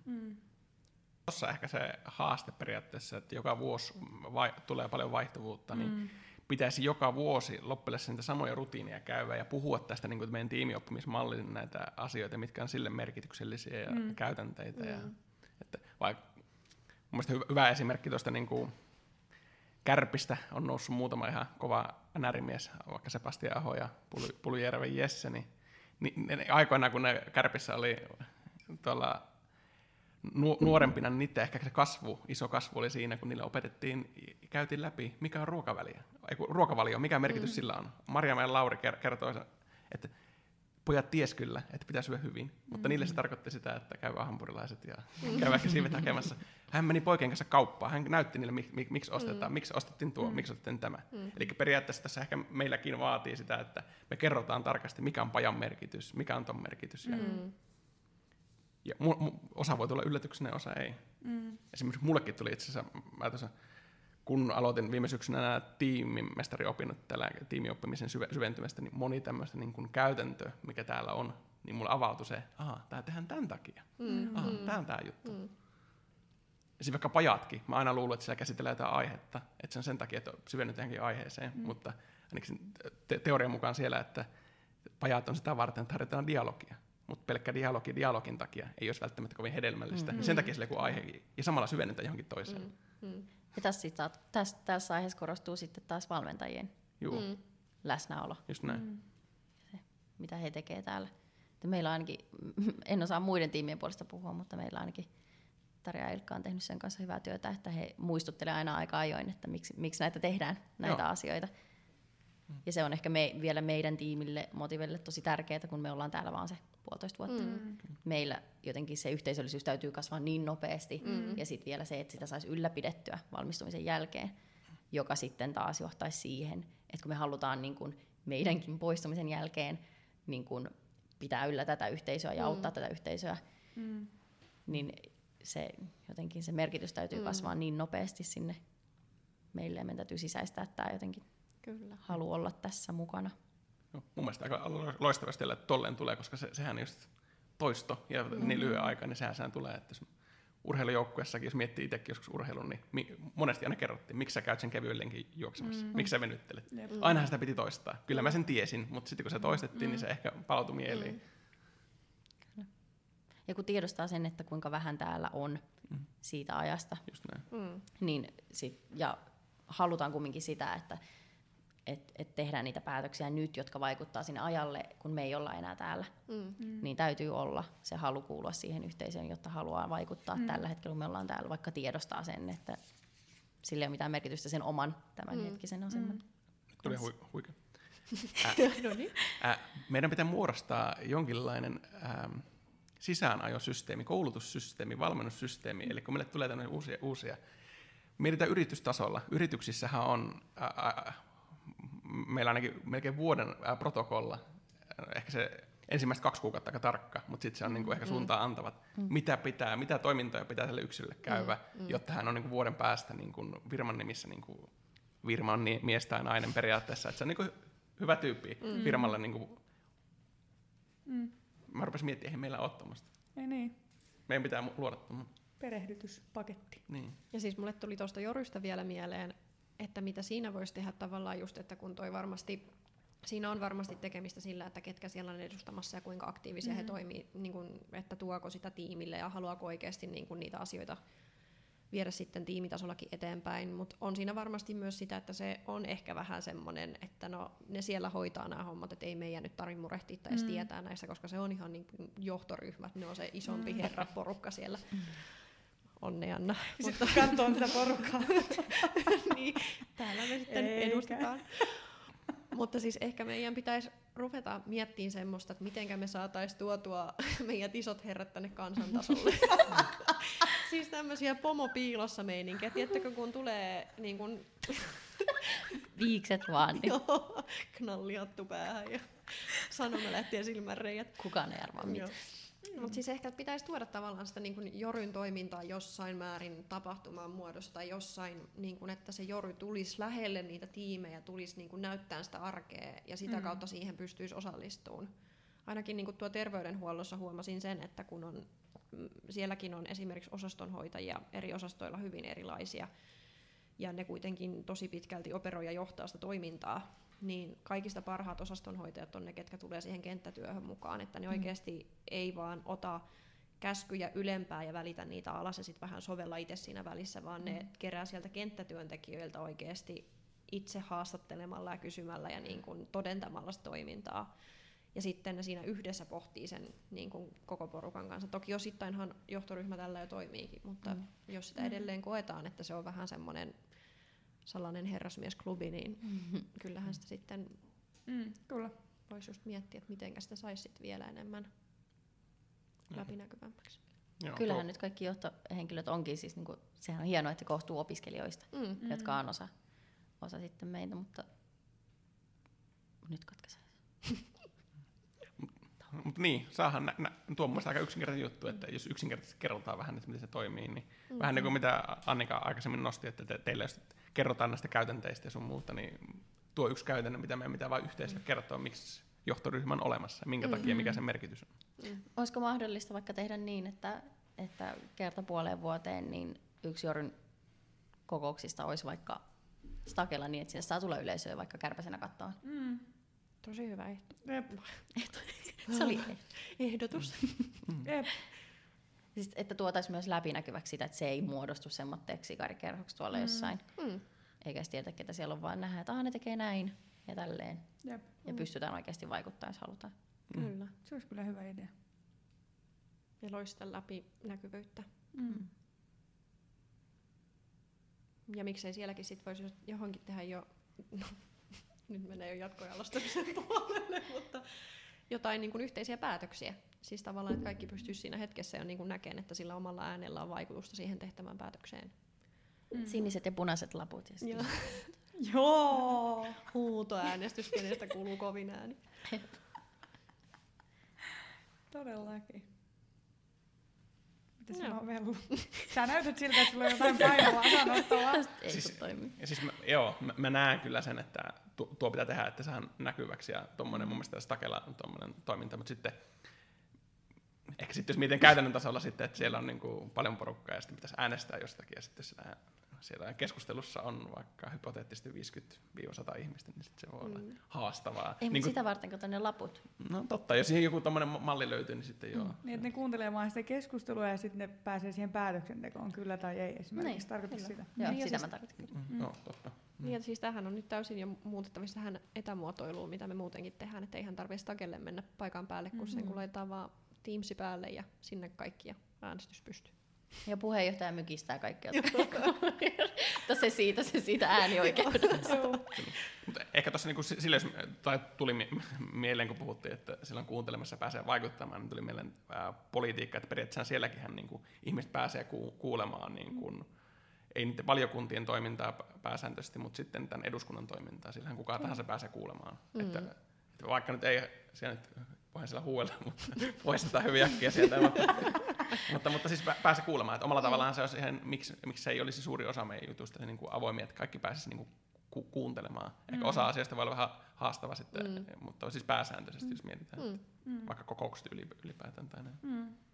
Tuossa ehkä se haaste periaatteessa, että joka vuosi tulee paljon vaihtuvuutta, niin pitäisi joka vuosi loppujen niitä samoja rutiineja käydä ja puhua tästä niin kuin meidän tiimioppimismallin näitä asioita, mitkä on sille merkityksellisiä ja käytänteitä. Ja, että mun mielestä hyvä esimerkki tuosta niin kuin Kärpistä on noussut muutama ihan kova NR-mies, vaikka Sebastian Aho ja Pulujärven Jesse, niin aikoinaan kun ne Kärpissä oli tuolla nuorempina, niin niiden ehkä se iso kasvu oli siinä, kun niille käytiin läpi, mikä on ruokavalio, mikä merkitys sillä on. Marjamäen Lauri kertoi, että pojat ties kyllä, että pitää syödä hyvin, mutta niille se tarkoitti sitä, että käydään hampurilaiset ja käydään siivet hakemassa. Hän meni poikien kanssa kauppaan, hän näytti niille, miksi ostetaan, miksi ostettiin tuo, miksi ostettiin tämä. Eli periaatteessa tässä ehkä meilläkin vaatii sitä, että me kerrotaan tarkasti, mikä on pajan merkitys, mikä on ton merkitys. Ja osa voi tulla yllätyksenä ja osa ei. Esimerkiksi mullekin tuli itse asiassa, kun aloitin viime syksynä nämä tiimimestariopinnot tällä tiimioppimisen syventymästä, niin moni tämmöistä niin kuin käytäntö, mikä täällä on, niin mulle avautui se, tämä tehdään tämän takia. Tämä on tämä juttu. Ja vaikka pajatkin, mä aina luulen, että siellä käsitellään jotain aihetta, että se on sen takia, että syvennytäänkin aiheeseen, mutta ainakin teorian mukaan siellä, että pajat on sitä varten, että harjoitetaan dialogia. mutta pelkkä dialogin takia ei olisi välttämättä kovin hedelmällistä. Ja sen takia sille joku aihe, ja samalla syvennytä johonkin toiseen. Ja tässä aiheessa korostuu sitten taas valmentajien läsnäolo. Just näin. Se, mitä he tekevät täällä. Että meillä ainakin, en osaa muiden tiimien puolesta puhua, mutta meillä ainakin Tarja ja Ilkka on tehnyt sen kanssa hyvää työtä, että he muistuttelevat aina aika ajoin, että miksi näitä tehdään, näitä asioita. Ja se on ehkä vielä meidän tiimille, motivelle tosi tärkeää, kun me ollaan täällä vaan se 1,5 vuotta. Meillä jotenkin se yhteisöllisyys täytyy kasvaa niin nopeasti, ja sitten vielä se, että sitä saisi ylläpidettyä valmistumisen jälkeen, joka sitten taas johtaisi siihen, että kun me halutaan niin kun meidänkin poistumisen jälkeen niin kun pitää yllä tätä yhteisöä ja auttaa tätä yhteisöä, niin jotenkin se merkitys täytyy kasvaa niin nopeasti sinne meille, ja meidän täytyy sisäistää tämä jotenkin halu olla tässä mukana. No, mun mielestä aika loistavasti, että tolleen tulee, koska sehän just toisto ja niin lyhyen aikaa, niin sehän tulee, että jos urheilujoukkuessakin, jos miettii itsekin joskus urheilun, niin monesti aina kerrottiin, miksi sä käyt sen kevyen lenkin juoksemassa, miksi sä venyttelet. Ainahan sitä piti toistaa. Kyllä mä sen tiesin, mutta sitten kun se toistettiin, niin se ehkä palautui mieliin. Ja kun tiedostaa sen, että kuinka vähän täällä on siitä ajasta, just näin. Niin ja halutaan kumminkin sitä, että tehdään niitä päätöksiä nyt, jotka vaikuttaa sinne ajalle, kun me ei olla enää täällä. Niin täytyy olla se halu kuulua siihen yhteisöön, jotta haluaa vaikuttaa tällä hetkellä, kun me ollaan täällä, vaikka tiedostaa sen, että sillä ei ole mitään merkitystä sen oman tämänhetkisen aseman. Tuli huikea. Meidän pitää muodostaa jonkinlainen sisäänajosysteemi, koulutussysteemi, valmennussysteemi, eli kun meille tulee tämmöisiä uusia mietitään yritystasolla. Yrityksissähän on meillä ainakin melkein vuoden protokolla, ehkä se ensimmäiset 2 kuukautta aika tarkka, mutta sitten se on niinku ehkä suuntaan antavat, mitä toimintoja pitää tälle yksilölle käydä, jotta hän on niinku vuoden päästä niinku firman nimissä, niinku, firma on mies tai nainen periaatteessa, että se on niinku hyvä tyyppi firmalle. Niinku, mä rupesin miettimään, eihän meillä ole tuommoista. Ei niin. Meidän pitää luoda tuommoista. Perehdytyspaketti. Niin. Ja siis mulle tuli tuosta Jorysta vielä mieleen, että mitä siinä voisi tehdä tavallaan just, että kun siinä on varmasti tekemistä sillä, että ketkä siellä on edustamassa ja kuinka aktiivisia he toimii, niin kun, että tuoko sitä tiimille ja haluaako oikeasti niin kun niitä asioita viedä sitten tiimitasollakin eteenpäin, mutta on siinä varmasti myös sitä, että se on ehkä vähän semmoinen, että no, ne siellä hoitaa nämä hommat, että ei meidän nyt tarvitse murehtia tai edes tietää näissä, koska se on ihan niin kuin johtoryhmät, ne on se isompi herraporukka siellä. Onni Anna. Mutta katsotaan sitä porukkaa. Niin, täällä me sitten edustetaan. Mutta siis ehkä meidän pitäisi ruveta miettimään semmoista, että mitenkä me saataisiin tuotua meidät isot herrat tänne kansantasolle. Siis tämmöisiä pomopiilossa meininkiä. Tiedättekö, kun tulee niin kun viikset vaan. Niin. Joo, knallihattu päähän ja sanomalehtiä silmänreijät. Kukaan ei arvaa mitään. Mutta siis ehkä pitäisi tuoda tavallaan sitä niin kun Joryn toimintaa jossain määrin tapahtuman muodossa tai jossain, niin kun, että se Jory tulisi lähelle niitä tiimejä, tulisi niin kun näyttää sitä arkea ja sitä kautta siihen pystyisi osallistumaan. Ainakin niin kun tuo terveydenhuollossa huomasin sen, että kun sielläkin on esimerkiksi osastonhoitajia eri osastoilla hyvin erilaisia ja ne kuitenkin tosi pitkälti operoi ja johtaa sitä toimintaa, niin kaikista parhaat osastonhoitajat on ne, ketkä tulee siihen kenttätyöhön mukaan, että ne oikeasti ei vaan ota käskyjä ylempää ja välitä niitä alas ja sitten vähän sovella itse siinä välissä, vaan ne kerää sieltä kenttätyöntekijöiltä oikeasti itse haastattelemalla ja kysymällä ja niin kuin todentamalla sitä toimintaa. Ja sitten ne siinä yhdessä pohtii sen niin kuin koko porukan kanssa. Toki osittainhan johtoryhmä tällä jo toimiikin, mutta jos sitä edelleen koetaan, että se on vähän semmoinen salainen herrasmiesklubi, niin kyllähän sitä sitten voisi just miettiä, että miten sitä saisi vielä enemmän läpinäkyvämmäksi. Joo, kyllähän nyt kaikki johtohenkilöt onkin, siis niinku, sehän on hienoa, että se koostuu opiskelijoista, jotka on osa sitten meitä, mutta nyt katkaisee. Mutta niin, saahan tuommoista aika yksinkertainen juttu, että jos yksinkertaisesti kerrotaan vähän, että miten se toimii, niin vähän niin kuin mitä Annika aikaisemmin nosti, että teille jos kerrotaan näistä käytänteistä ja sun muuta, niin tuo yksi käytännön, mitä meidän pitää vain yhteisölle kertoa, miksi johtoryhmä on olemassa, minkä takia, mikä sen merkitys on. Olisiko mahdollista vaikka tehdä niin, että kerta puoleen vuoteen niin yksi Joryn kokouksista olisi vaikka stakella niin, että sinne saa tulla yleisöä vaikka kärpäsenä kattoon? Tosi hyvä ehto. Se oli ehdotus. Jep. siis, että tuotaisiin myös läpinäkyväksi sitä, että se ei muodostu semmoitteeksi sikarikerhoksi tuolla jossain. Eikä edes tiedetä, ketä siellä on, vaan nähdä, että ne tekee näin ja tälleen. Jep. Ja pystytään oikeasti vaikuttamaan, jos halutaan. Kyllä. Se olisi kyllä hyvä idea. Ja loista läpinäkyvyyttä. Ja miksei sielläkin sit voisi johonkin tehdä jo, no, nyt menee jo jatkojalostamisen puolelle, mutta jotain niin kuin yhteisiä päätöksiä. Siis tavallaan, että kaikki pystyisi siinä hetkessä jo niin kuin näkemään, että sillä omalla äänellä on vaikutusta siihen tehtävään päätökseen. Siniset ja punaiset laput. Ja Joo. Joo! Huutoäänestys, kenestä kuuluu kovin ääni. Todellakin. Mitä No. sanoo Vellu? Sä näytät siltä, että sulla on jotain painavaa sanottavaa. ei Siis- toimi. Ja siis mä näen kyllä sen, että tuo pitää tehdä, että saadaan näkyväksi ja tommonen mun mielestä Stakella tommonen toiminta, mutta sitten ehkä sitten jos mietin käytännön tasolla sitten, että siellä on niinku paljon porukkaa ja sitten pitäisi äänestää jostakin ja sitten siellä keskustelussa on vaikka hypoteettisesti 50-100 ihmistä, niin sitten se voi olla haastavaa. Ei, Niin mutta kuin- sitä varten, kun ne laput. No totta, jos siihen joku tommonen malli löytyy, niin sitten joo. Niin, että ne kuuntelee vaan sitä keskustelua ja sitten ne pääsee siihen päätöksentekoon, kyllä tai ei esimerkiksi. Niin, Tarkoitus kyllä. sitä. Joo, Niin, ja sitä siis- mä tarkoitin. No totta. Niin, että siis tämähän on nyt täysin jo muutettavissa tähän etämuotoiluun, mitä me muutenkin tehdään, että eihän tarvitse Stakelle mennä paikan päälle, kun sen kun laitetaan vaan Teamsi päälle ja sinne kaikki ja äänestys pystyy. Ja puheenjohtaja mykistää kaikkea. Se siitä äänioikeudesta. Mutta ehkä tuossa niinku sille, tai tuli mieleen, kun puhuttiin, että silloin kuuntelemassa pääsee vaikuttamaan, niin tuli mieleen politiikka, että periaatteessa sielläkin niinku ihmiset pääsee kuulemaan niinku, ei niiden valiokuntien toimintaa pääsääntöisesti, mutta sitten tämän eduskunnan toimintaa. Sillähän kuka tahansa pääsee kuulemaan. Että vaikka nyt ei siellä nyt voihan siellä huuella, mutta poistetaan hyvin äkkiä sieltä. mutta siis pääsee kuulemaan. Että omalla tavallaan se on siihen, miksi se ei olisi suuri osa meidän jutusta se niin kuin avoimia, että kaikki pääsisi niin kuin kuuntelemaan. Ehkä osa asioista voi olla vähän haastava sitten, mutta siis pääsääntöisesti, jos mietitään. Vaikka kokoukset ylipäätään tai näin.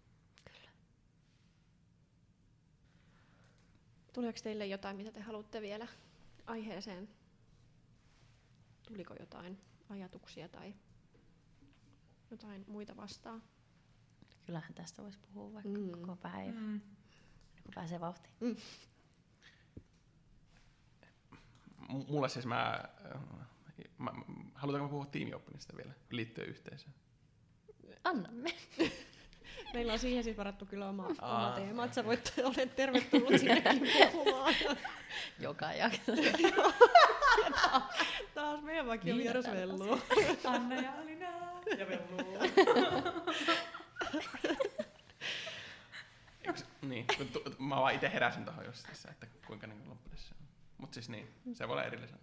Tuleeko teille jotain, mitä te haluatte vielä aiheeseen? Tuliko jotain ajatuksia tai jotain muita vastaan? Kyllähän tästä voisi puhua vaikka koko päivä, kun pääsee vauhtiin. Mulla siis halutaanko puhua tiimioppimista vielä liittyen yhteisöön? Annamme. Meillä on siihen siis varattu kyllä oma teema, että sä voit olla tervetullut sinnekin puhumaan. Joka jakso. Taas meidän vakio vieras Vellu. Anna ja Alina ja Vellu. Niin, mä vaan itse heräsin tuohon just tässä, että kuinka niin loppujen se on. Mutta siis niin, se voi olla erillisenä.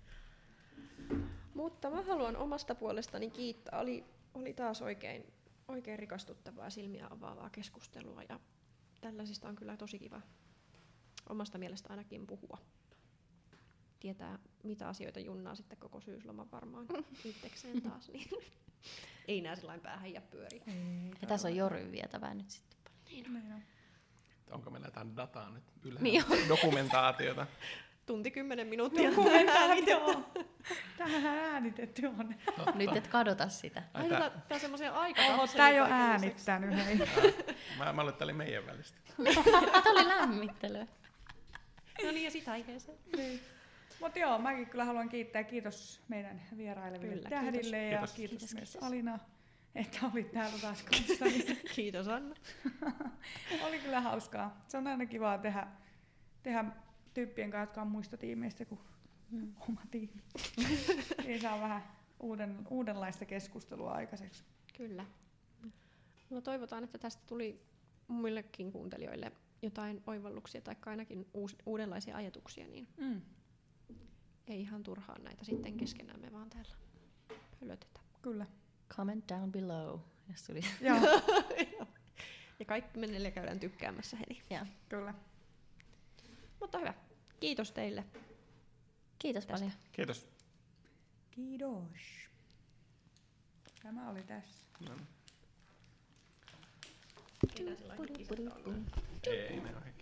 Mutta mä haluan omasta puolestani kiittää. Oli taas oikein rikastuttavaa, silmiä avaavaa keskustelua ja tällaisista on kyllä tosi kiva omasta mielestä ainakin puhua. Tietää, mitä asioita junnaa sitten koko syysloman varmaan itsekseen taas, niin ei nää sellainen päähän ja pyöri. Ja tässä on Joryn vietävää nyt sitten. Niin on. Onko meillä jotain dataa nyt ylhäällä? Niin Dokumentaatiota? Tunti 10 minuuttia. Dokumentaatio. Tämähän äänitetty on. Nyt et kadota sitä. Laitetaan tää semmoisen Oho, aikakapselin tää ei oo kaiken äänittänyt, hei. Mä luulen, että tää oli meidän välistä. Tämä oli lämmittelyä. lisäksi. No niin, ja sit aiheeseen. Mutta joo, mäkin kyllä haluan kiittää. Kiitos meidän vieraileville Kyllä, tähdille ja kiitos. kiitos myös Kiitos. Alina, että olit täällä taas kanssani. Kiitos Anna. Oli kyllä hauskaa. Se on aina kivaa tehdä tyyppien kanssa, jotka on muista tiimeistä kuin oma tiimi. Niin saa vähän uudenlaista keskustelua aikaiseksi. Kyllä. No toivotaan, että tästä tuli muillekin kuuntelijoille jotain oivalluksia tai ainakin uudenlaisia ajatuksia, niin ei ihan turhaan näitä sitten keskenämme vaan täällä pölötetään. Kyllä. Comment down below, jos tuli. Joo, Ja kaikki me 4 käydään tykkäämässä heti. Ja. kyllä. Mutta hyvä. Kiitos teille. Kiitos Tästä. paljon. Kiitos. Kiitos. Tämä oli tässä. No, Ei nää sellainen ei, me oikein.